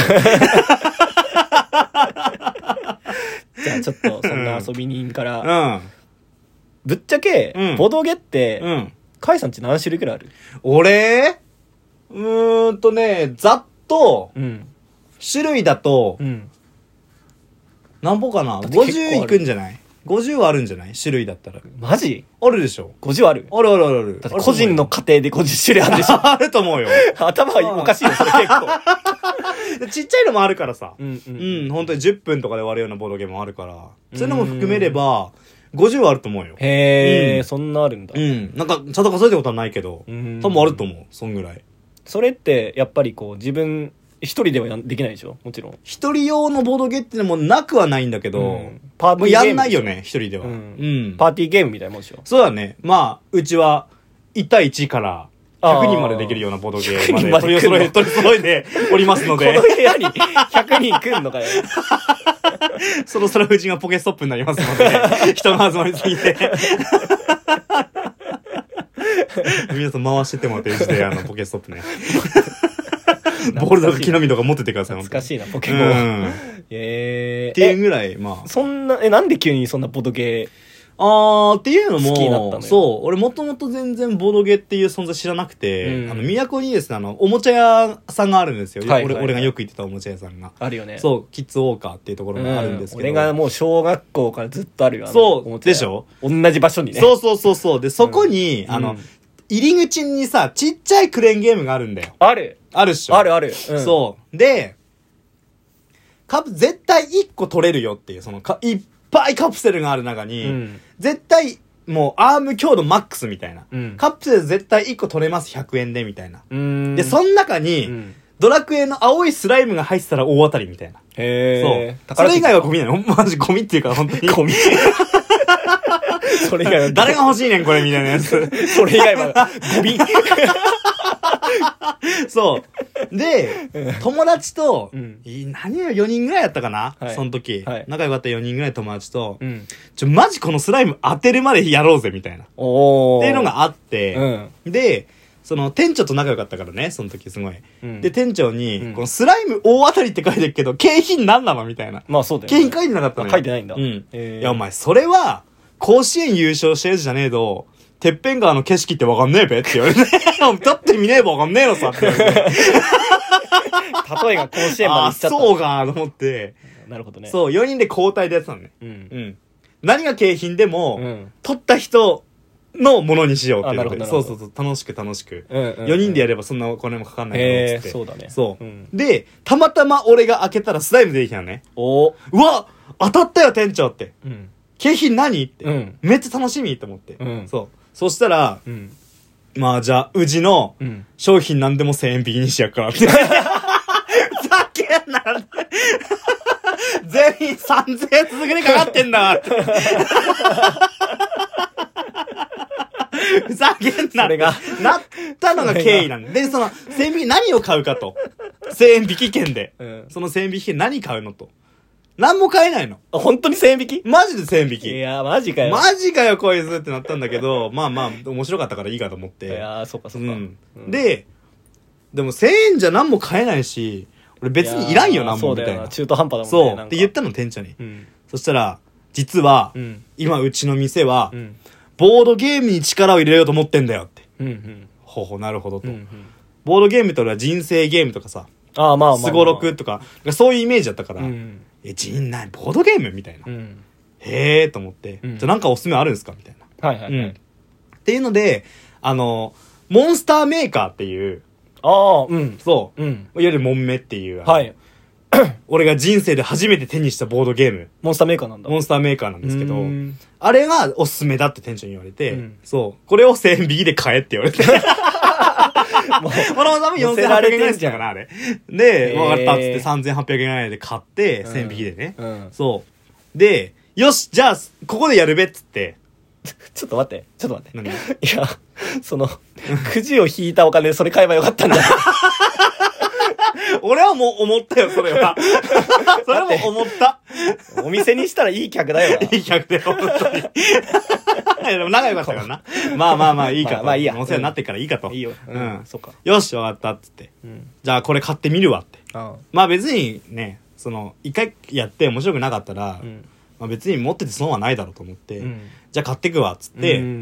じゃあちょっとそんな遊び人から、うん、ぶっちゃけ、うん、ボドゲって、うん、カイさんち何種類くらいある？ 俺うーんとねざっと、うん、種類だと、うん、何歩かなごじゅういくんじゃない？ごじゅうはあるんじゃない？種類だったら。 マジ？ あるでしょ。 ごじゅうある？ あるあるあるある。 だって個人の家庭でごじゅっ種類あるでしょ。 あると思うよ。 頭がおかしいよそれ結構。 ちっちゃいのもあるからさ、うんうん、うん、本当にじゅっぷんとかで終わるようなボードゲームもあるから、そういうのも含めればごじゅうはあると思うよ。 へえ、うん、そんなあるんだ。 うん、なんかちゃんと数えたことはないけど、多分あると思う。そんぐらい。 それってやっぱりこう自分一人ではできないでしょ、もちろん。 一人用のボードゲーってのもなくはないんだけど、うん、パーティーゲームやんないよね一人では、うんうん。パーティーゲームみたいなもんでしょ。 そうだね。まあうちはいち対いちからひゃくにんまでできるようなボードゲームまで取り揃え、取り揃えておりますので。 この部屋にひゃくにん来んのかよ。 そろそろうちがポケストップになりますので、人が集まりすぎて。皆さん回しててもらって、で、あの、ポケストップね。ボールとか木の実とか持っててください。 懐かしいな、ポケモン。うん、 えー、っていうぐらい、まあ。 そんな、え、なんで急にそんなボードゲー、 あーっていうのも好きになったのよ。 そう、俺もともと全然ボードゲーっていう存在知らなくて、うん、あの都にですね、あのおもちゃ屋さんがあるんですよ、はいはいはい、俺, 俺がよく行ってたおもちゃ屋さんがあるよね。 そう、キッズウォーカーっていうところがあるんですけど、 うん、俺がもう小学校からずっとあるよ。 そうでしょ、 同じ場所にね。 そうそうそうそう。でそこに、うん、あの入り口にさちっちゃいクレーンゲームがあるんだよ。 あるあるっしょ。 あるある、 うん、そうでカプ絶対いっこ取れるよっていう、そのかいっぱいカプセルがある中に、うん、絶対もうアーム強度マックスみたいな、うん、カプセル絶対いっこ取れますひゃくえんでみたいな。でその中に、うん、ドラクエの青いスライムが入ってたら大当たりみたいな。 へー。そうそれ以外はゴミなの。マジゴミっていうか本当にゴミ。それ以外は誰が欲しいねんこれみたいなやつ。 それ以外はゴミ。 そうで、友達と、うん、何よよにんぐらいやったかな、はい、その時、はい、仲良かったよにんぐらい友達と、うん、ちょマジこのスライム当てるまでやろうぜみたいなおっていうのがあって、うん、でその店長と仲良かったからねその時すごい、うん、で店長に、うん、このスライム大当たりって書いてるけど景品何なのみたいな。 まあそうだよね。 景品書いてなかったのよ。 書いてないんだ。 うん、いやお前それは甲子園優勝したやつじゃねえとてっぺん川の景色ってわかんねえべって言われてだって見ねえばわかんねえのさって言われて例えが甲子園まで行っちゃった。あそうかと思って。 なるほどね。 そうよにんで交代でやってたのね。うん、うん、何が景品でも、うん、取った人のものにしようっていうので、 あ、なるほどそうそうそう、楽しく楽しく。 うんうんうん、 よにんでやればそんなお金もかかんないからっつって。 そうだね。 そう、 うん。 で、たまたま俺が開けたらスライム出てきたのね。 おうわ当たったよ店長って。 うん。 景品何って、 うん。めめっちゃ楽しみって思って。 うん。 そう。そしたら、 うん。 まあじゃあ、うちの商品何でもせんえん引きにしやっからって。ふざけんな全員さんぜんえん続けにかかってんだって。ふざけんな。 それがなったのが経緯なんで。で、その、せんえん引き何を買うかと。せんえん引き券で。うん、そのせんえん引き券何買うのと。何も買えないの。 本当にせんえん引き？ マジでせんえん引き。 いや、マジかよ。 マジかよ、こいつってなったんだけど、まあまあ、面白かったからいいかと思って。いやー、そっかそっか。うん。 うん、で、でもせんえんじゃ何も買えないし、俺別にいらんよ、何もみたいな。 そうだよな。中途半端だもんね。 そう。って言ったの、店長に。 うん、そしたら、実は、 うん、 今うちの店は、 うん、 ボードゲームに力を入れようと思ってんだよって。 うんうん、 ほうほう、なるほどと。 うんうん、 ボードゲームって俺は人生ゲームとかさ、 ああまあまあすごろくとか、そういうイメージだったから、うん、え、人内、ボードゲームみたいな。うん、へーと思って、うん、じゃあなんかおすすめあるんですかみたいな。 はいはいはい、うん。 っていうので、あの、モンスターメーカーっていう、 ああ、うん。 そう。うん。いわゆるモンメっていう。 はい。 俺が人生で初めて手にしたボードゲーム。 モンスターメーカーなんだ。 モンスターメーカーなんですけど、あれがおすすめだって店長に言われて、うん、そう。これをせんえん引きで買えって言われて。もう、この多分よんせんはっぴゃくえんぐらいしたかな、あれ。で、わかったっつってさんぜんはっぴゃくえんぐらいで買って、せんえん引きでね、うんうん。そう。で、よし、じゃあ、ここでやるべっつって。 ちょっと待って、ちょっと待って。 何？いや、その、くじを引いたお金でそれ買えばよかったんだよ。 俺はもう思ったよ、それは。それも思った。 お店にしたらいい客だよな。 いい客だよ、本当に。でも仲良かったからな。まあまあまあいいかと。まあ、まあいいや。お世話になってからいいかと。 いいよ。 うん。 そっか。 よし、わかった、っつって。うん、じゃあこれ買ってみるわって。ああまあ別にね、その、一回やって面白くなかったら、うん、まあ別に持ってて損はないだろうと思って、うん、じゃあ買ってくわ、っつって、うん。うん、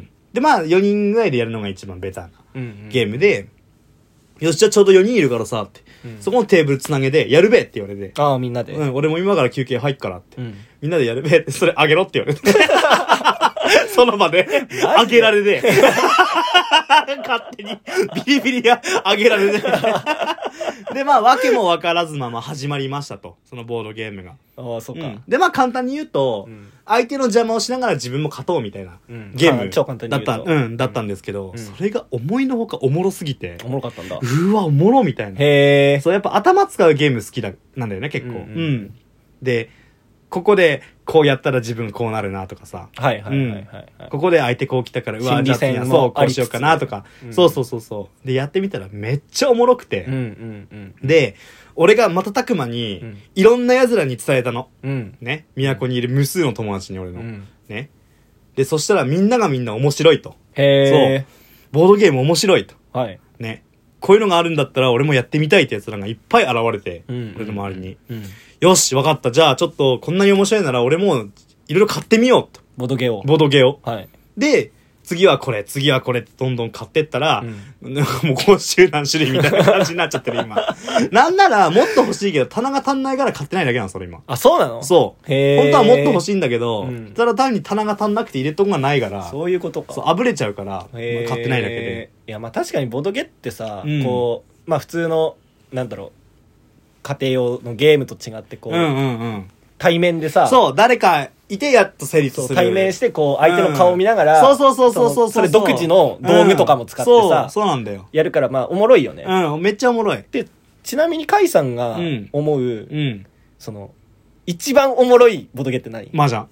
で、まあよにんぐらいでやるのが一番ベターなゲームで、よし、じゃあちょうどよにんいるからさ、って。うん、そこのテーブルつなげで、やるべって言われて。 ああ、みんなで。 うん、俺も今から休憩入っからって。うん、みんなでやるべって、それあげろって言われて。その場で、あげられて。勝手に、ビリビリがあげられて。で、まあ、わけもわからずまま始まりましたと。そのボードゲームが。 ああ、そっか、うん。 で、まあ、簡単に言うと、うん、相手の邪魔をしながら自分も勝とうみたいな、うん、ゲームだった、うん、だったんですけど、うん、それが思いのほかおもろすぎて。 おもろかったんだ。 うわ、おもろみたいな。 へえ。 そう、やっぱ頭使うゲーム好きだ、なんだよね、結構。うん、うんうん。で、ここで、こうやったら自分こうなるなとかさ。 はいはいはいはい、はい、 ここで相手こう来たから、うわ、じゃあ次はそう、こうしようかなとか、うん。そうそうそうそう。で、やってみたらめっちゃおもろくて。うんうんうん、で、俺が瞬く間に、うん、いろんな奴らに伝えたの。うん、ね。都にいる無数の友達に俺の。うん、ね。で、そしたらみんながみんな面白いと。 へー。そう。 ボードゲーム面白いと。 はい。 ね。こういうのがあるんだったら俺もやってみたいってやつらがいっぱい現れて、うん、俺の周りに。うん、よし、わかった。じゃあちょっとこんなに面白いなら俺もいろいろ買ってみようと。 ボードゲーを。 ボードゲーを。 はい。 で、次はこれ、次はこれってどんどん買ってったら、うん、もうご種何種類みたいな感じになっちゃってる今。なんならもっと欲しいけど棚が足んないから買ってないだけなの、それ今。 あ、そうなの？ そう。 へー。 本当はもっと欲しいんだけど、うん、ただ単に棚が足んなくて入れとこがないから。 そういうことか。 そう、あぶれちゃうから、買ってないだけで。 いや、まあ確かにボードゲってさ、うん、こう、まあ普通の、なんだろう、家庭用のゲームと違ってこう、 うんうんうん、 対面でさ、 そう、誰かいてやっと成立する。 対面してこう相手の顔を見ながら、 うん、そうそうそうそうそう。 それ独自の道具とかも使ってさ、うん、 そう、そうなんだよ。 やるからまあおもろいよね。 うん、めっちゃおもろい。 で、ちなみにカイさんが思う、うん、その、一番おもろいボドゲって何？ 麻雀。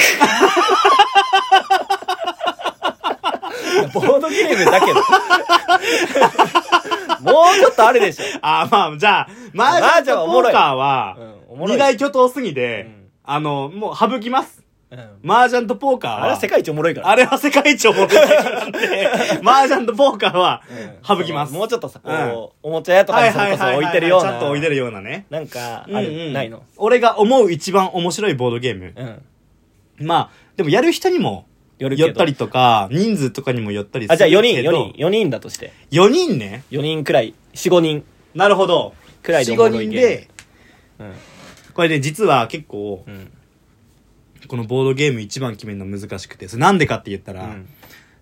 ボードゲームだけど。もうちょっとあるでしょ。 あ、まあ、じゃあ、麻雀とポーカーは、二大巨頭すぎて、うん、あの、もう省きます。うん、麻雀とポーカーは。 あれは世界一おもろいから。 あれは世界一おもろいからなんで、麻雀とポーカーは省きます。 うん、もうちょっとさ、こう、うん、おもちゃ屋とかにそれこそ置いてるような。 ちゃんと置いてるようなね。 なんか、ある、うんうん、ないの？ 俺が思う一番面白いボードゲーム。うん、まあ、でもやる人にも、寄ったりとか、人数とかにも寄ったりするけど。 あ、じゃあよにん、よにん、よにんだとして。 よにんね。 よにんくらい、よん、ごにん。 なるほど。 くらいでおもろいゲーム。よん、ごにんで、 うん、これね、実は結構、うん、このボードゲーム一番決めるの難しくて、それなんでかって言ったら、うん、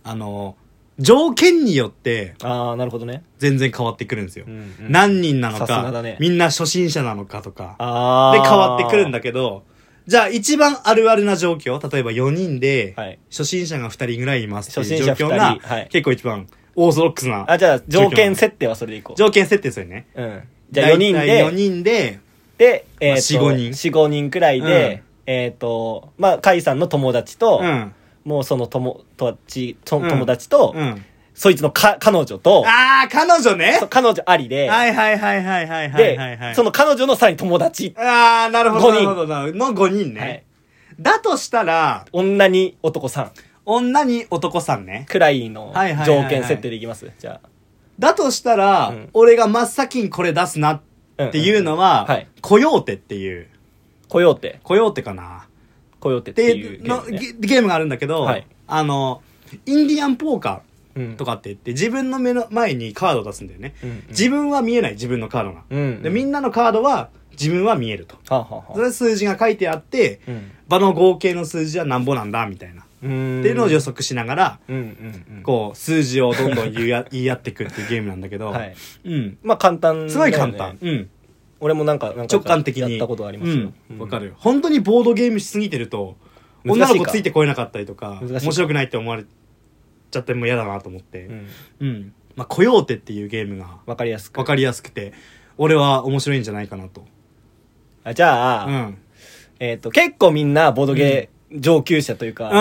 あの条件によってああなるほどね全然変わってくるんですよ、 うんうん、 何人なのさすがだね、 かみんな初心者なのかとかあで変わってくるんだけど、じゃあ一番あるあるな状況、例えばよにんで初心者がふたりぐらいいますっていう状況が結構一番オーソドックスな。 あ、じゃあ条件設定はそれでいこう。 条件設定ですよね。 うん。じゃあよにんでよにんでで、えー、と、 まあ、よん、ごにん。 よん、ごにんくらいで、うん、えっ、ー、と、まあ、カイさんの友達と、 うん、 もうその友達、その友達と、 うんうんそいつのか彼女と、 ああ、彼女ね。 彼女ありで、 はいはいはいはいはいはいはい、はい。 で、その彼女のさらに友達。 ああ、なるほど。 ごにん。 なるほど。のごにんね。はい、だとしたら、 女に男さん。 女に男さんね。 くらいの条件設定でいきます。じゃあ。 だとしたら、うん、俺が真っ先にこれ出すなっていうのは、うんうんはい、コヨーテっていう。 コヨーテコヨーテかな。 コヨーテっていうゲーム、ね、 ゲ, ゲームがあるんだけど、はい、あの、インディアンポーカー。とかって言って自分の目の前にカードを出すんだよね、うんうん、自分は見えない自分のカードが、うんうん、でみんなのカードは自分は見えると、はあはあ、それ数字が書いてあって、うん、場の合計の数字はなんぼなんだみたいなっていうのを予測しながら、うんうんうん、こう数字をどんどん言いや言い合っていくっていうゲームなんだけど、はいうん、まあ簡単だよね、 すごい簡単、うん、 俺もなんかなんか直感的にやったことありますよ、 うん、わかるよ。本当にボードゲームしすぎてると女の子ついてこれなかったりとか面白くないって思われちゃっても嫌だなと思って、うん、うん、まあコヨーテっていうゲームがわかりやすくわかりやすくて俺は面白いんじゃないかなと。 あじゃあ、うん、えっ、ー、と結構みんなボードゲー上級者というか、うん、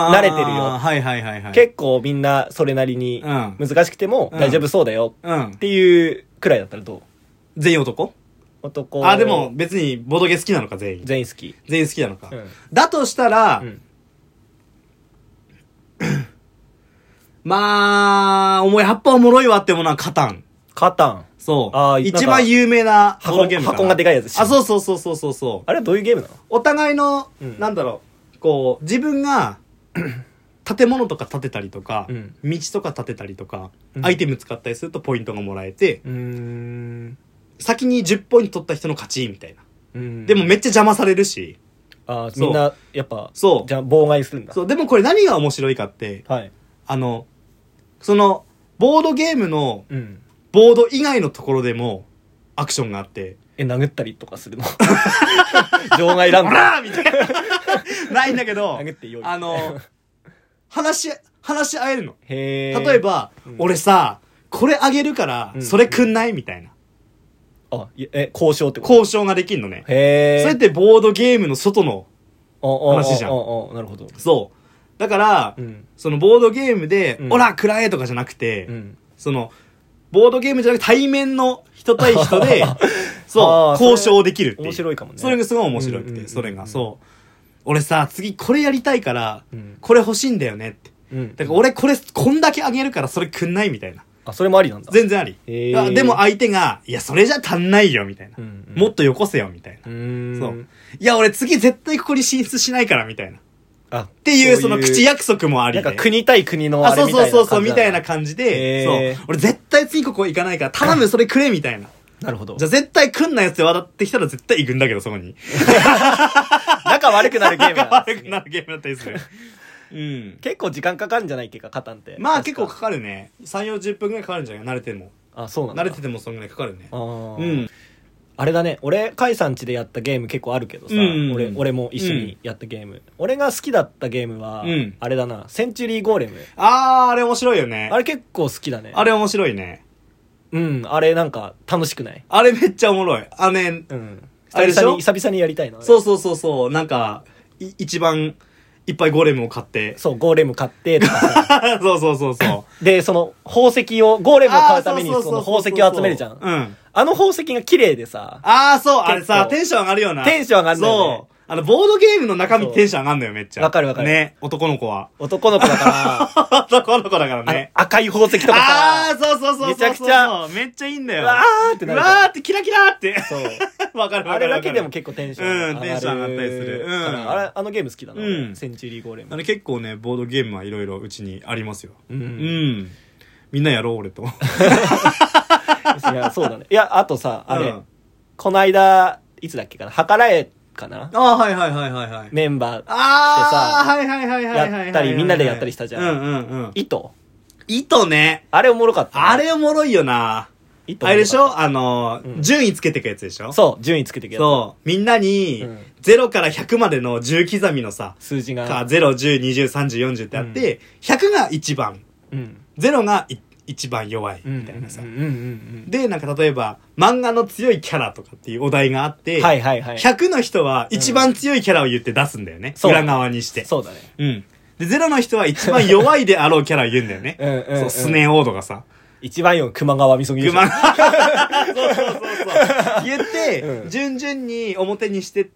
慣れてるよ。 はいはいはいはい。 結構みんなそれなりに難しくても大丈夫そうだよっていうくらいだったらどう？ 全員男？ 男。 あでも別にボードゲー好きなのか全員。 全員好き。 全員好きなのか。うん、だとしたら。うんまあ、おもやっぱおもろいわってものはカタン。 カタン。 そう。あ一番有名なボードゲームかな。箱がでかいやつ。 あ、そうそうそうそうそうそう。 あれはどういうゲームなの？ お互いの、うん、なんだろう、こう、自分が、建物とか建てたりとか、うん、道とか建てたりとか、うん、アイテム使ったりするとポイントがもらえて、うーん先にじゅっポイント取った人の勝ち、みたいな。うんでもめっちゃ邪魔されるし。 あみんな、やっぱ、そう。じゃあ妨害するんだ。 そう。でもこれ何が面白いかって、はい。あの、そのボードゲームのボード以外のところでもアクションがあって、 え殴ったりとかするの場外乱闘みたいなないんだけど殴ってよいあの話し話し合えるの。へー例えば、うん、俺さこれあげるからそれくんない、うん、みたいなあえ交渉ってこと交渉ができんのね。へーそれってボードゲームの外の話じゃん。 なるほど。 そうだから、うん、そのボードゲームで、うん、オラ食らえとかじゃなくて、うん、その、ボードゲームじゃなくて対面の人対人で、そう、交渉できるっていう。 面白いかもね。 それがすごい面白くて、それが、そう。俺さ、次これやりたいから、うん、これ欲しいんだよねって。うん、だから俺これ、こんだけあげるからそれくんないみたいな。 あ、それもありなんだ。 全然あり。でも相手が、いや、それじゃ足んないよ、みたいな。うんうん、もっとよこせよ、みたいな。そう。いや、俺次絶対ここに進出しないから、みたいな。あっていうその口約束もありで。なんか国対国のあれみたいな感じ。 あ、そうそうそう、みたいな感じで、そう。俺絶対次ここ行かないから、頼むそれくれみたいな。 なるほど。 じゃあ絶対来んなやつで渡ってきたら絶対行くんだけど、そこに。 仲悪くなるゲームなんですね。仲悪くなるゲームだったりする。 うん。結構時間かかるんじゃないっけか、カタンって。 まあ結構かかるね。さん、よんじゅっぷんくらいかかるんじゃない慣れても。 あ、そうなんだ。 慣れててもそんぐらいかかるね。ああ。 うん。あれだね、俺カイさん家でやったゲーム結構あるけどさ、うんうんうん、俺俺も一緒にやったゲーム、うん、俺が好きだったゲームは、うん、あれだな、センチュリーゴーレム。 あー、あれ面白いよね。 あれ結構好きだね。 あれ面白いね。 うん、あれなんか楽しくない？ あれめっちゃおもろい。あのね、うん、 久々に久々にやりたいな。 そうそうそうそう、なんかい一番いっぱいゴーレムを買って。 そう、ゴーレム買ってとかさ。 そうそうそうそう。 で、その宝石を、ゴーレムを買うためにその宝石を集めるじゃん。うん。あの宝石が綺麗でさ。 ああ、そう、あれさ、テンション上がるよな。 テンション上がるんだよね。そう。 あの、ボードゲームの中身テンション上がるんだよ、めっちゃ。 わかるわかる。 ね、男の子は。 男の子だから。 男の子だからね。 赤い宝石とかさ。 ああ、そうそうそうそう。 めちゃくちゃ。 めっちゃいいんだよ。 うわーってなる。 うわーってキラキラーって。そう。わかるわかる。 あれだけでも結構テンション上がる。 うん、テンション上がったりする。うん。 あれ、あのゲーム好きだな。うん。センチュリーゴーレム。 あれ結構ね、ボードゲームはいろいろうちにありますよ。うん。うん。みんなやろう、俺と。いや、そうだね。いや、あとさ、あれ、この間、いつだっけかな、はからえかなああ、はいはいはいはいはい。 メンバーああ、はいはいはいはいはいはい。 やったり、みんなでやったりしたじゃん。 うんうんうん。 糸糸ね。 あれおもろかったね。 あれおもろいよな。 糸あれでしょあの、 うん順位つけてくやつでしょそう、順位つけていくやつ。 そう。みんなにうん、 ゼロからひゃくまでのじゅう刻みのさ、 数字が。 か、ゼロ、じゅう、にじゅう、さんじゅう、よんじゅうってあって、ひゃくがいちばん、 うん。 ゼロがい一番弱い、 うん。 みたいなさうん。うんうんうん。 で、なんか例えば、漫画の強いキャラとかっていうお題があって、 はいはいはい。 ひゃくの人は一番強いキャラを言って出すんだよね。 そう裏側にして。 そうだね。 うん。で、ゼロの人は一番弱いであろうキャラを言うんだよね。 うんうんうんそう、スネ夫とかさ。 一番よ、熊川みそぎでしょ。 熊そうそうそうそう。言って、 うん順々に表にしてって、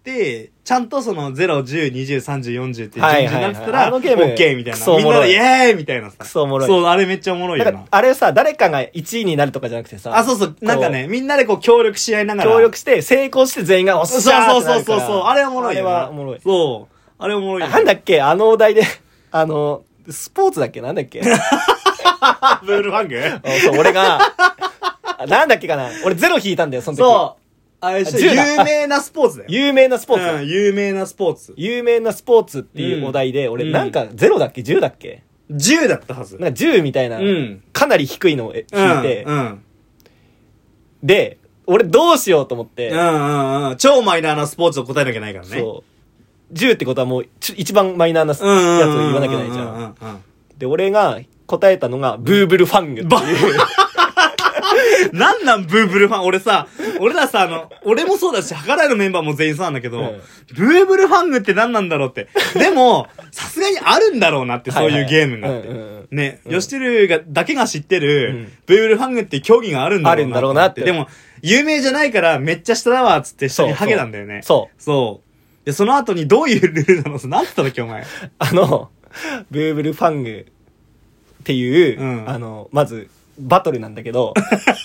ちゃんとそのゼロ、じゅう、にじゅう、さんじゅう、よんじゅうっていう順序になってたはいはいはいあら、 のゲームオッケーみたいな。 クソおもろいみんなでイエーイみたいなさ。 クソおもろいそう、あれめっちゃおもろいよなだから。あれさ、誰かがいちいになるとかじゃなくてさ。 あ、そうそう。なんかね、みんなでこう協力し合いながら。 協力して、成功して全員がおっしそうゃーそうそうってなるからそうそう。あれおもろいよな。 あれはおもろい。 そう。あれおもろいよな。 なんだっけあのお題で、あの、スポーツだっけなんだっけブールファングあそう、俺が、あなんだっけかな俺ゼロ引いたんだよ、その時。 そう。あれでしょじゅうだ有名なスポーツだよ。 有名なスポーツだ。 うん、有名なスポーツ。 有名なスポーツっていうお題で、俺うんなんかゼロだっけ ?じゅう だっけじゅうだったはず。 なんかじゅうみたいな、 うんかなり低いのをえ引いて、 うん。うん。 で、俺どうしようと思って、 うんうんうん。超マイナーなスポーツを答えなきゃいけないからね。 そう。じゅうってことはもうち一番マイナーなやつをうんうんうんうんうんうん。 言わなきゃいけないじゃん。 うんうんうん。 で、俺が答えたのがブーブルファングっていう。 なんなんブーブルファン俺さ、俺らさ、あの、俺もそうだし、はからいのメンバーも全員そうなんだけど、 うんブーブルファングって何なんだろうって。でも、さすがにあるんだろうなって、そういうゲームがあって。 はいはいうんうんうんね、 うんヨシテルが、だけが知ってる、 うんブーブルファングっていう競技があるんだろうな。 あるんだろうなってでも、有名じゃないから、めっちゃ下だわ、つって下にハゲなんだよね。 そう。 そう。で、その後にどういうルールなのなんて言ったんだっけ、お前。 あの、ブーブルファングっていう、 うんあの、まず、バトルなんだけど、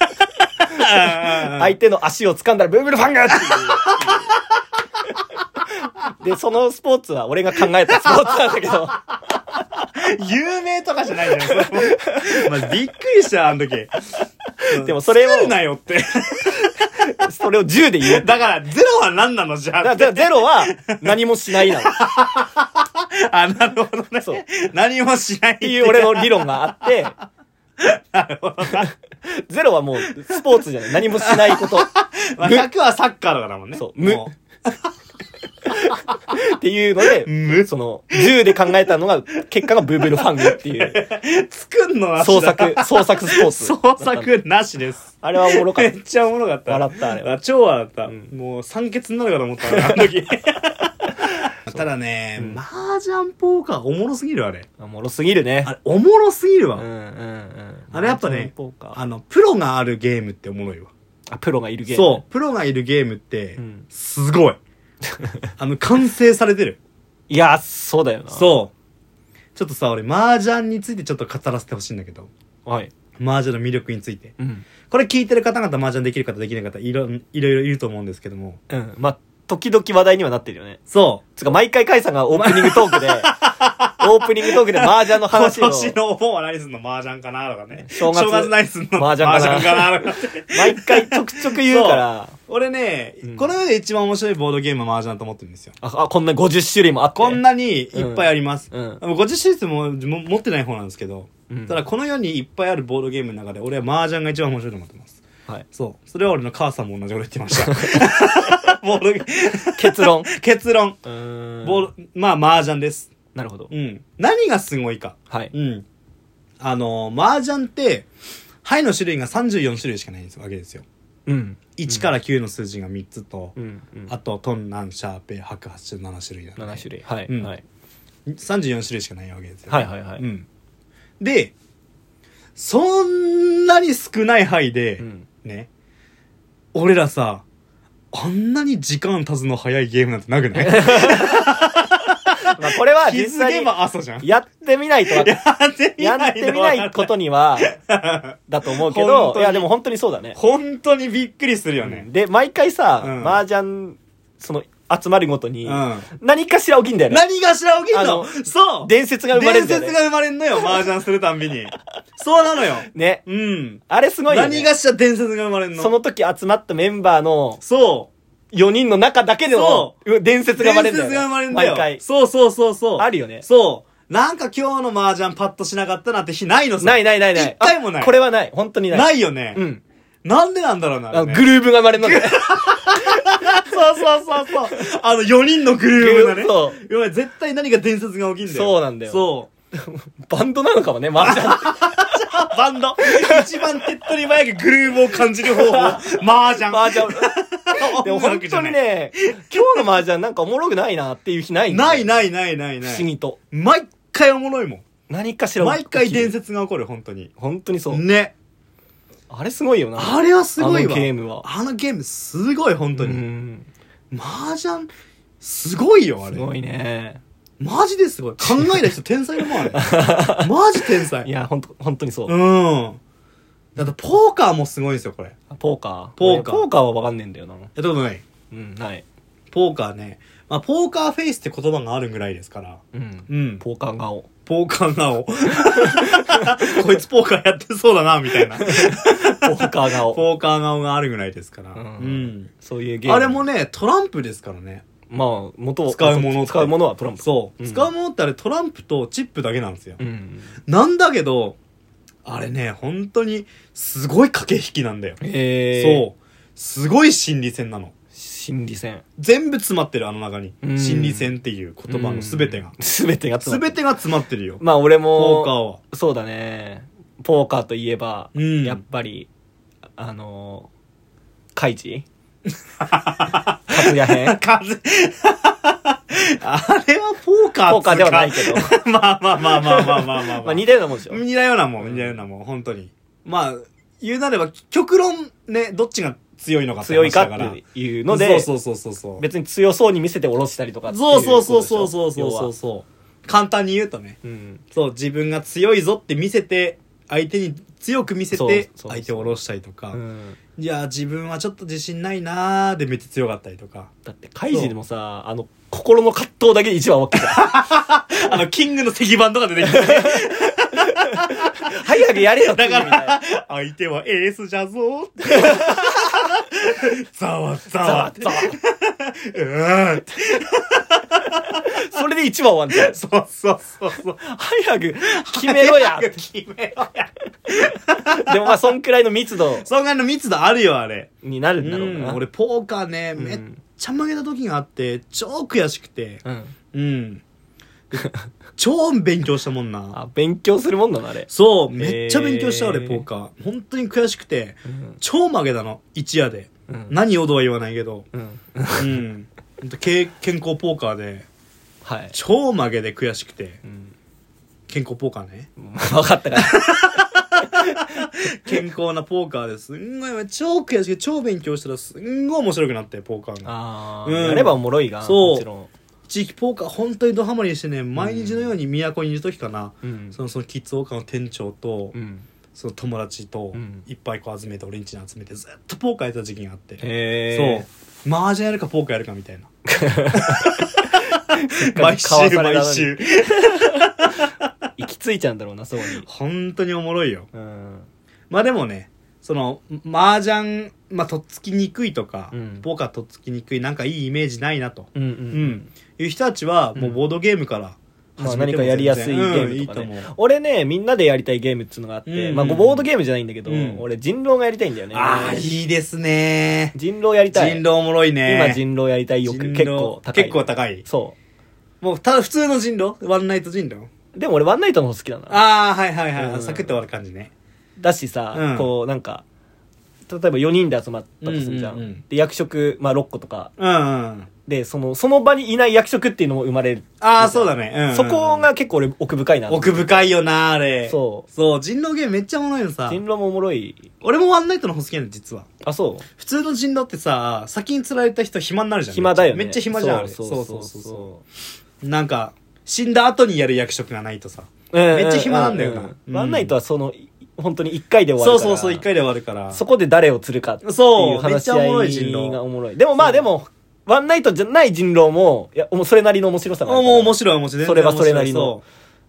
相手の足を掴んだらブーブルファングっていう。で、そのスポーツは俺が考えたスポーツなんだけど、 有名とかじゃないじゃん。それまあ、びっくりした、あの時。 でもそれを作るなよって。 それをじゅうで言えた。 だから、ゼロは何なのじゃあ。 だからゼロは何もしないなの。っあ、なるほどね。 そう何もしないっていう俺の理論があって、 なるほどな。 ゼロはもうスポーツじゃない。何もしないこと。 まあ、ひゃくはサッカーだからもんね。 そう無もっていうので、 無その、じゅうで考えたのが、結果がブーブルファングっていう、 う作んのなしだ創作、創作スポーツ。 創作なしです。 あれはおもろかっめっちゃおもろかった。 笑ったあれは超笑った。 んもう酸欠になるかと思ったな、あの時。ただね、 うん麻雀ポーカーおもろすぎるあれ。 た。おもろすぎるね。 あれ、おもろすぎるわ。 うんうんうん。 あれやっぱねマージャンポーカーあの、プロがあるゲームっておもろいわ。 あ、プロがいるゲーム。 そう、プロがいるゲームってうん、 すごい。あの、完成されてる。 いや、そうだよな。 そう。ちょっとさ、俺、麻雀についてちょっと語らせてほしいんだけど、 う。はい。 麻雀の魅力について。 うん。 これ聞いてる方々、麻雀できる方、できない方、いろ、いろいろいると思うんですけども。 うん。まあ、時々話題にはなってるよね。 そつうか、毎回カイさんがオープニングトークで、オープニングトークで麻雀のう。今話を、 年のお盆は何すんの麻雀かなとかね。 正月何すんの麻雀かな麻雀かなとかって。 毎回ちょくちょく言うから、 俺ね、 うんこの世で一番面白いボードゲームは麻雀だと思ってるんですよ。 あ、あこんなごじゅっ種類もあって。 こんなにいっぱいあります。 うんもうごじゅっ種類もも持ってない方なんですけど、 うんただこの世にいっぱいあるボードゲームの中で俺は麻雀が一番面白いと思ってます。 はい。 そう。それは俺の母さんも同じこと言ってました。ボードゲ結論。 結論。 うーん。 ボード、まあ麻雀です。 なるほどう。ん。何がすごいか。 はい。 うん。あの、麻雀って、牌の種類がさんじゅうよん種類しかないんですわけですよ。 うん。 いちからきゅうの数字がみっつと、 うん。うん。 あと、トン、ナン、シャーペ、ハク、ハッシュ、なな種類だ、ね。 なな種類。はい。 うんはい。 さんじゅうよん種類しかないわけですよ、 はいはいはいうん。で、そんなに少ない範囲で、 うん。 ね、俺らさ、あんなに時間経つの早いゲームなんてなくないまあ、これは気実際にづけば朝じゃん。 やってみないとわかやってみやっないてみないことには、だと思うけど、 本当にいやでも本当にそうだね。 本当にびっくりするよね。 で、毎回さ、 うん麻雀、その、集まるごとに、 うん。 何かしら起きんだよね。 何がしら起きんのあのそう伝説が生まれるんだよね。 伝説が生まれんのよ、麻雀するたんびに。そうなのよ。 ね。 うん。 あれすごいよね。 何がしら伝説が生まれんの。 その時集まったメンバーの、 そう。 よにんの中だけでも伝説が生まれるんだよ、ね、 伝説が生まれるんだよ。 毎回。 そうそうそうそう。 あるよね。 そう。なんか今日の麻雀パッとしなかったなんて日ないのさ。 ないないないない。 一回もない。 これはない。本当にない。 ないよね。 うん。 なんでなんだろうな、 あ、ね、グルーブが生まれるのね。 そうそうそうそう。あのよにんのグルーブがね。 そう。 絶対何か伝説が起きんだよ。 そうなんだよ。 そう。 バンドなのかもね、麻雀。 バンド。一番手っ取り早くグルーブを感じる方法。麻雀。 麻雀。でも本当にね、今日の麻雀なんかおもろくないなっていう日ないんだよ。 ないないないないない。 不思議と。 毎回おもろいもん。 何かしら毎回伝説が起こる、本当に。 本当にそう。 ね。 あれすごいよな。 あれはすごいわ。 あのゲームは。 あのゲームすごい、本当に。麻雀、すごいよ、あれ。 すごいね。 マジですごい。考えた人天才だもん、あれ。マジ天才。 いや、ほんと、本当にそう。 うん。だってポーカーもすごいんですよ、これ。 ポーカーポーカー。 ポーカーはわかんねえんだよな。やったことない。 うん、ない。 ポーカーね。まあ、ポーカーフェイスって言葉があるぐらいですから。 うん。 うん。 ポーカー顔。 ポーカー顔。こいつポーカーやってそうだな、みたいな。ポーカー顔。 ポーカー顔があるぐらいですから。うん。うん、 そういうゲーム。 あれもね、トランプですからね。 まあ、元使うもの。 使うものはトランプ。 そう。うん、使うものってあれトランプとチップだけなんですよ。 うん。 なんだけど、あれね、本当に、すごい駆け引きなんだよ。 へー。そう。すごい心理戦なの。 心理戦。 全部詰まってる、あの中に。心理戦っていう言葉のすべてが。 すべてが詰まってる。すべてが詰まってるよ。 まあ俺も、 ポーカーは。 そうだね。ポーカーといえば、 うん、 やっぱり、あのー、カイジカズヤ編カズあれはポーカーポーカーではないけど。 まあまあまあまあまあまあまあ、まあ。 まあ似たようなもんでしょ。 似たようなもん、似たようなもん、本当に。まあ、言うなれば、極論ね、どっちが強いのかって話だから強いかっていうので、 そうそうそうそう。 別に強そうに見せて下ろしたりとかっていうそうそうそうそうそうそうそう簡単に言うとね、 うん、そう、 自分が強いぞって見せて、相手に強く見せて、相手を下ろしたりとか、うん、いや、自分はちょっと自信ないなーでめっちゃ強かったりとか。 だって、カイジでもさ、あの、心の葛藤だけで一番分けた。 あの、キングの石板とか出てきて、ね。 早くやれよだから、相手はエースじゃぞーって。ざわざわって。ざわざわ。うーんって。 それで一番終わんじゃん。 そうそうそうそう。 早く決めろや。 早く決めろや。 でもまあ、そんくらいの密度。 そんくらいの密度あるよ、あれ。 になるんだろうな。 うん、俺、ポーカーね、めっちゃ負けた時があって、超悔しくて。うん。うん。超勉強したもんな。 あ、勉強するもんだな、あれ。 そう、めっちゃ勉強した、俺、ポーカー。本当に悔しくて、うん、超負けたの、一夜で。うん、何をとは言わないけど。うん。うん。健康ポーカーで、はい、超負けで悔しくて、うん、健康ポーカーね。 分かったから。 健康なポーカーですんごい超悔しくて超勉強したらすんごい面白くなってポーカーが。 ああ、うん、やればおもろいが。 そう。 もちろん。 地域ポーカー本当にドハマりしてね、毎日のように都にいる時かな、うん、そのそのキッズオーカーの店長と、うん、その友達と、うん、いっぱいこう集めて俺んちに集めてずっとポーカーやった時期があって。へそう。麻雀やるかポーカーやるかみたいな。毎週毎週。 行き着いちゃうんだろうな、そうに。 本当におもろいよ。うん、まあでもね、その、麻雀、まあ、とっつきにくいとか、うん、ポーカーとっつきにくい、なんかいいイメージないなと。うんうんうん、いう人たちは、もうボードゲームから、 まあ、何かやりやすいゲームとかね、うん、いいと思う。俺ね、みんなでやりたいゲームっていうのがあって、うんうん、まあボードゲームじゃないんだけど、うん、俺人狼がやりたいんだよね。 ああ、いいですね。 人狼やりたい。 人狼おもろいね。 今人狼やりたい欲結構高い。 結構高い。 そう。 もう、ただ普通の人狼ワンナイト人狼でも俺ワンナイトの方好きだな。 ああ、はいはいはい。うん、サクッと終わる感じね。 だしさ、うん、こうなんか、例えばよにんで集まったとするじゃん。うんうんうん、で、役職、まあろっことか。うんうん。で、その、その場にいない役職っていうのも生まれる。 ああ、そうだね。うんうんうん、 そこが結構俺奥深いな。 奥深いよな、あれ。 そう。 そう、人狼ゲームめっちゃおもろいのさ。 人狼もおもろい。 俺もワンナイトの方好きなの、実は。 あ、そう普通の人狼ってさ、先に釣られた人暇になるじゃん。 暇だよね。 めっちゃ暇じゃん、あれ。そうそうそうそう。なんか、死んだ後にやる役職がないとさ。めっちゃ暇なんだよな。うんうん、 ワンナイトはその、本当に一回で終わるから。 そうそうそう、一回で終わるから。 そこで誰を釣るかっていう話し合いがおもろい。でもまあでも、ワンナイトじゃない人狼も、いや、それなりの面白さがあるから。 もう面白い面白い。 それはそれなりの。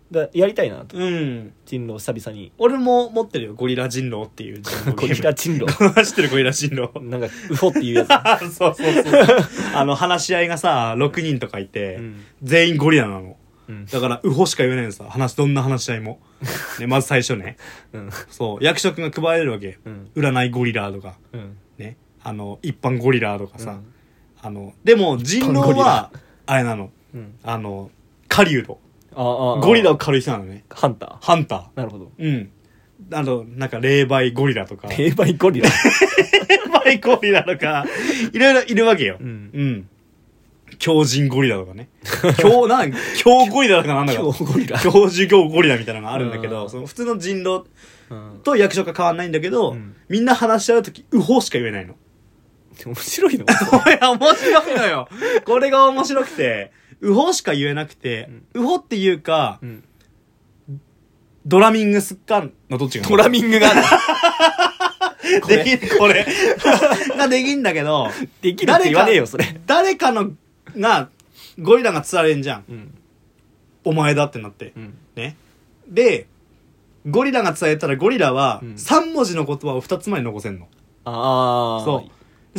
だやりたいなと。 うん人狼久々に。 俺も持ってるよ、ゴリラ人狼っていう人狼ゲーム。 ゴリラ人狼知ってるゴリラ人狼。 なんかウホっていうやつ。 そうそうそう。あの話し合いがさろくにんとかいて、うん、全員ゴリラなの、うん、だからウホしか言えないのさ、話どんな話し合いも、ね、まず最初ね、うん、そう役職が配られるわけ、うん、占いゴリラとか、うん、ね、あの一般ゴリラとかさ、うん、あのでも人狼はあれなの、うん、あの狩人、あああゴリラを狩る人なのね。 ハンターハンター。 なるほど。 うん。あの、なんか、霊媒ゴリラとか。 霊媒ゴリラ霊媒ゴリラとか、いろいろいるわけよ。うん。うん。狂人ゴリラとかね。狂、なん、狂ゴリラとかなんだか。 狂ゴリラ。 狂授業ゴリラみたいなのがあるんだけど、その普通の人狼と役職が変わんないんだけど、うん、みんな話し合うとき、ウホしか言えないの。 面白いのいや、面白いのよ。これが面白くて。ウホしか言えなくて、うん、ウホっていうか、うん、ドラミングスッカンのどっちがドラミングがあるこれできん、これができんだけど、 できるって言わねえよ、それ。 誰かの、が、ゴリラが釣られんじゃん。うん、お前だってなって、うん。ね。で、ゴリラが釣られたらゴリラは、さん文字の言葉をふたつまで残せんの。 ああ。 そう。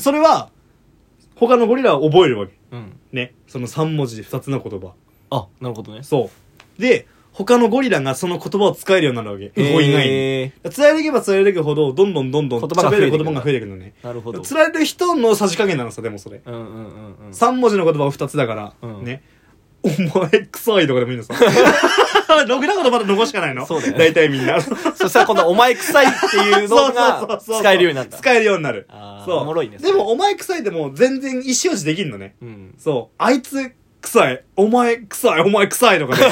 それは、他のゴリラは覚えるわけ。うん、ね。そのさん文字でふたつの言葉。 あ、なるほどね。 そう。で、他のゴリラがその言葉を使えるようになるわけ。ウホ以外に。伝えていけば伝えていくほど、どんどんどんどん喋れる言葉が増えていくのね。 なるほど。 伝える人のさじ加減なのさ、でもそれ。うんうんうんうん。さん文字の言葉をふたつだから、うん、ね。お前臭いとかでもいいのさ。ろくなことまだ残しかないの。そうだよね。大体みんな。 そしたら今度お前臭いっていうのが使えるようになった。 使えるようになる。 そう。おもろいね。 でもお前臭いでも全然意思表示できんのね。うん、そう。あいつ臭い。お前臭い。お前臭いとかね。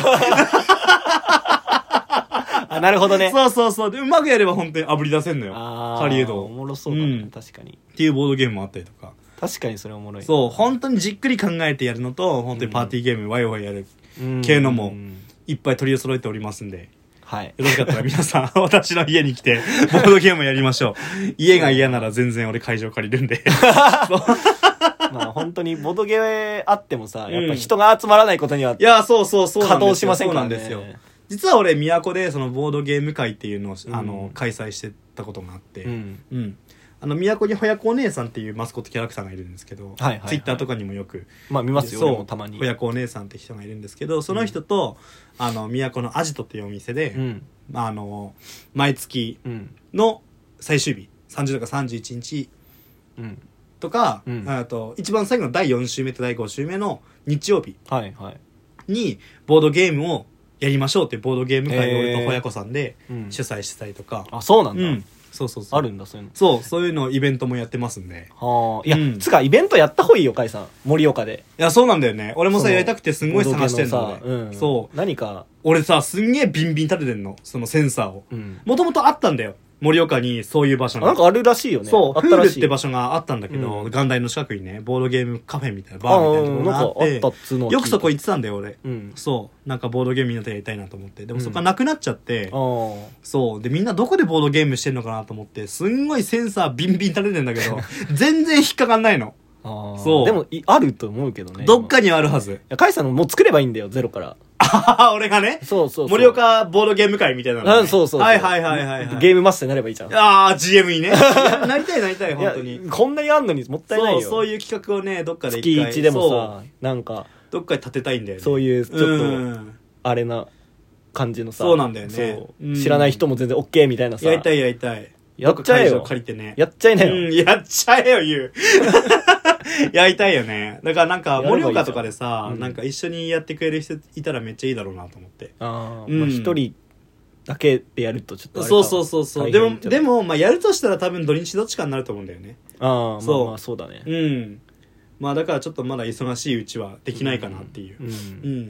あ、なるほどね。 そうそうそう。で、うまくやれば本当に炙り出せんのよ。狩人を。 おもろそうだね、うん。確かに。 っていうボードゲームもあったりとか。 確かにそれおもろい。 そう。本当にじっくり考えてやるのと、本当にパーティーゲーム、ワイワイやる系のも、いっぱい取り揃えておりますんで。はい。よろしかったら皆さん、私の家に来て、ボードゲームやりましょう。家が嫌なら全然俺会場借りるんで。そう。 まあ本当にボードゲームあってもさ、やっぱ人が集まらないことには、 いや、そうそうそう。 稼働しませんからね。そうなんですよ。実は俺、都でそのボードゲーム会っていうのを、あの、開催してたことがあって、うん。うん。あの、都にほやこお姉さんっていうマスコットキャラクターがいるんですけど、はいはいはい、ツイッターとかにもよく、 まあ見ますよ、そう、たまに。 ほやこお姉さんって人がいるんですけど、その人と、うん、あの、都のアジトっていうお店で、うん、あの、毎月の最終日、さんじゅうとかさんじゅういちにちとか、うん、あと、一番最後のだいよん週目とだいご週目の日曜日に、ボードゲームをやりましょうっていうボードゲーム会を俺とほやこさんで主催してたりとか。 あ、そうなんだ。うん、 そうそうそう。 あるんだ、そういうの。 そう、そういうのイベントもやってますんで。 はあ。いや、うん、つか、イベントやった方がいいよ、カイさん。盛岡で。 いや、そうなんだよね。俺もさ、やりたくてすんごい探してんのね。うん、そう。 何か。 俺さ、すんげえビンビン立ててんの。そのセンサーを。もともとあったんだよ。盛岡にそういう場所が。 なんかあるらしいよね。 そう、フールって場所があったんだけど、元台の近くにね、ボードゲームカフェみたいな、バーみたいなところがあって、あったっつのよくそこ行ってたんだよ、俺。うん、そう。なんかボードゲームみんなでやりたいなと思って。でもそこがなくなっちゃって、うん、そう。で、みんなどこでボードゲームしてんのかなと思って、すんごいセンサービンビン立ててんだけど、全然引っかかんないの。 あそう。でも、あると思うけどね。 どっかにはあるはず。いや、カイさんのもう作ればいいんだよ、ゼロから。 あ俺がね。 そうそうそう。 盛岡ボードゲーム会みたいなの、ね。 うん、そうそうそう。 はいはいはいはい、はい。 ゲームマスターになればいいじゃん。 ああ、ジーエム にね。なりたいなりたい、本当に。 こんなにあんのにもったいないよ。 そう、そういう企画をね、どっかで一回。月いちでもさ、なんか。 どっかで立てたいんだよね。 そういう、ちょっと、あれな感じのさ。 そうなんだよね。 そう。知らない人も全然 OK みたいなさ。 やりたいやりたい。 やっちゃえよ。 借りてね。 やっちゃいなよ。 うん、やっちゃえよ、言う。やりたいよね。だからなんか、盛岡とかでさ、なんか一緒にやってくれる人いたらめっちゃいいだろうなと思って。 ああ、まあ一人だけでやるとちょっとあれか。 そうそうそうそう。でも、でも、まあやるとしたら多分土日どっちかになると思うんだよね。 ああ、そう。まあそうだね。 うん。まあだからちょっとまだ忙しいうちはできないかなっていう。うん。うん、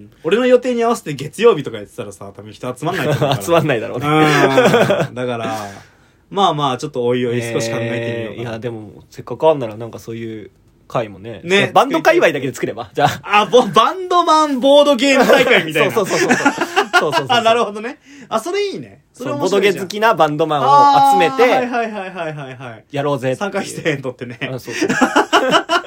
俺の予定に合わせて月曜日とかやってたらさ、多分人集まんないと思うから。 集まんないだろうね。 うん。だから、まあまあちょっとおいおい少し考えてみようかな。 いやでも、せっかくあんならなんかそういう、回もね。ね。バンド界隈だけで作れば。じゃあ。 あ、ボ、バンドマンボードゲーム大会みたいな。 そうそうそうそう。そうそうそう。 あ、なるほどね。あ、それいいね。 それボードゲー好きなバンドマンを集めて。 はいはいはいはいはいはい。 やろうぜ。 参加してんとってね。あ、そうそう。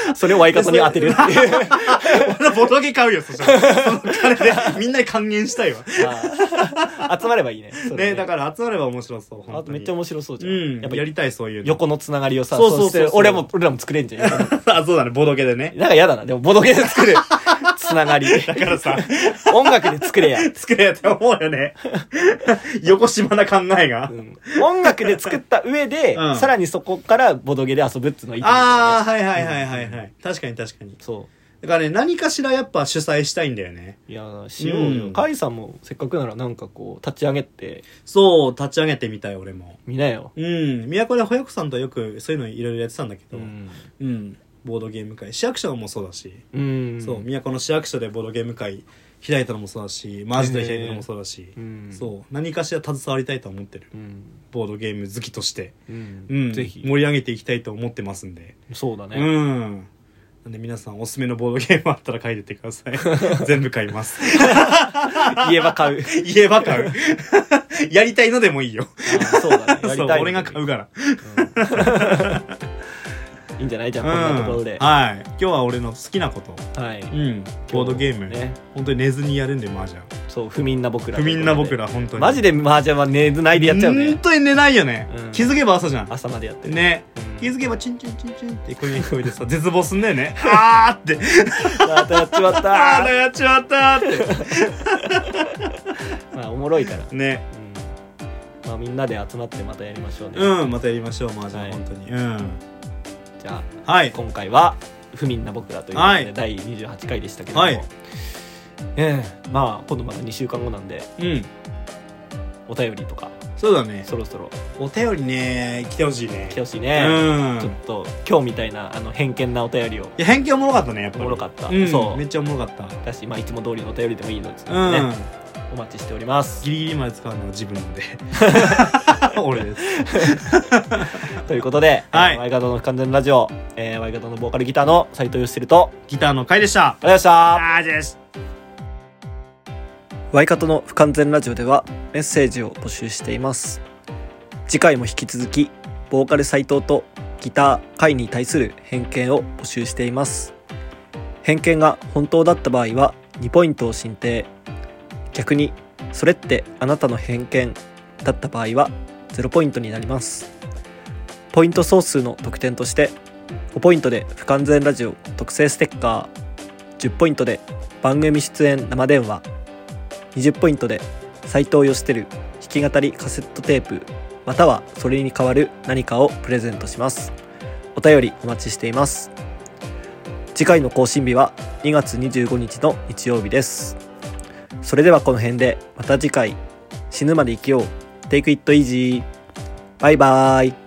それをワイカトに当てるっていう俺ボドゲ買うよそしたらその金でみんなに還元したいわあ集まればいいねそれ ね, ねだから集まれば面白そうあとめっちゃ面白そうじゃん、 うん、 やっぱやりたいそういうの横のつながりをさそうそうそうそうして俺も俺らも作れんじゃんあそうだねボドゲでねなんかやだなでもボドゲで作るつながりだからさ音楽で作れや作れやって思うよね横島な考えが、 うん、音楽で作った上で、うん、さらにそこからボドゲで遊ぶっつうのいいと思う、ね、 ああはいはいはいはいはい、うん、確かに確かにそうだからね何かしらやっぱ主催したいんだよねいやしようよ、うん、カイさんもせっかくならなんかこう立ち上げてそう立ち上げてみたい俺も見なようん都でほやこさんとよくそういうのいろいろやってたんだけどうん、うんボードゲーム会市役所もそうだし、うん、そう都の市役所でボードゲーム会開いたのもそうだしマジで開いたのもそうだし、うん、そう何かしら携わりたいと思ってる、うん、ボードゲーム好きとして、うんうん、ぜひ盛り上げていきたいと思ってますんでそうだねうんなんで皆さんおすすめのボードゲームあったら書いてってください全部買います言えば買う言えば買うやりたいのでもいいよあそうだねやりたいそう俺が買うから、 うんいいんじゃないじゃん、うん、こんなところではい今日は俺の好きなことはいうんボードゲームね本当に寝ずにやるんで麻雀そう不眠な僕ら不眠な僕ら本当にマジで麻雀は寝ずないでやっちゃうね本当に寝ないよね、うん、気づけば朝じゃん朝までやってるね、うん、気づけばチンチンチンチンって声が聞こえてさ絶望すんだよねあーってまたやっちまったーまたやっちまったーってまあおもろいからね、 うん、まあみんなで集まってまたやりましょうねうんまたやりましょう麻雀、はい、本当にうんじゃあ、はい、今回は不眠な僕らということで、はい、だいにじゅうはちかいでしたけども、はい、えー、まあ今度まだにしゅうかんごなんで、うん、お便りとかそうだねそろそろお便りね来てほしいね来てほしいね、うん、ちょっと今日みたいなあの偏見なお便りをいや偏見おもろかったねやっぱりおもろかった、 うん、そうめっちゃおもろかっただし、まあ、いつも通りのお便りでもいいのですのでね、うんお待ちしております。 ギリギリまで使うのは自分で俺ですということで、 はい、 ワイガトの不完全ラジオ、えー、ワイガトのボーカルギターの斉藤義輝とギターのカイでした。 ありがとうございました。 あーです。 ワイカトの不完全ラジオではメッセージを募集しています。次回も引き続きボーカル斉藤とギターカイに対する偏見を募集しています。偏見が本当だった場合はにポイントを進呈、逆にそれってあなたの偏見だった場合はゼロポイントになります。ポイント総数の得点としてごポイントで不完全ラジオ特製ステッカー、じゅっポイントで番組出演生電話、にじゅっポイントで斉藤義輝弾き語りカセットテープまたはそれに代わる何かをプレゼントします。お便りお待ちしています。次回の更新日はにがつにじゅうごにちの日曜日です。それではこの辺でまた次回、死ぬまで生きよう Take it easy。バイバイ。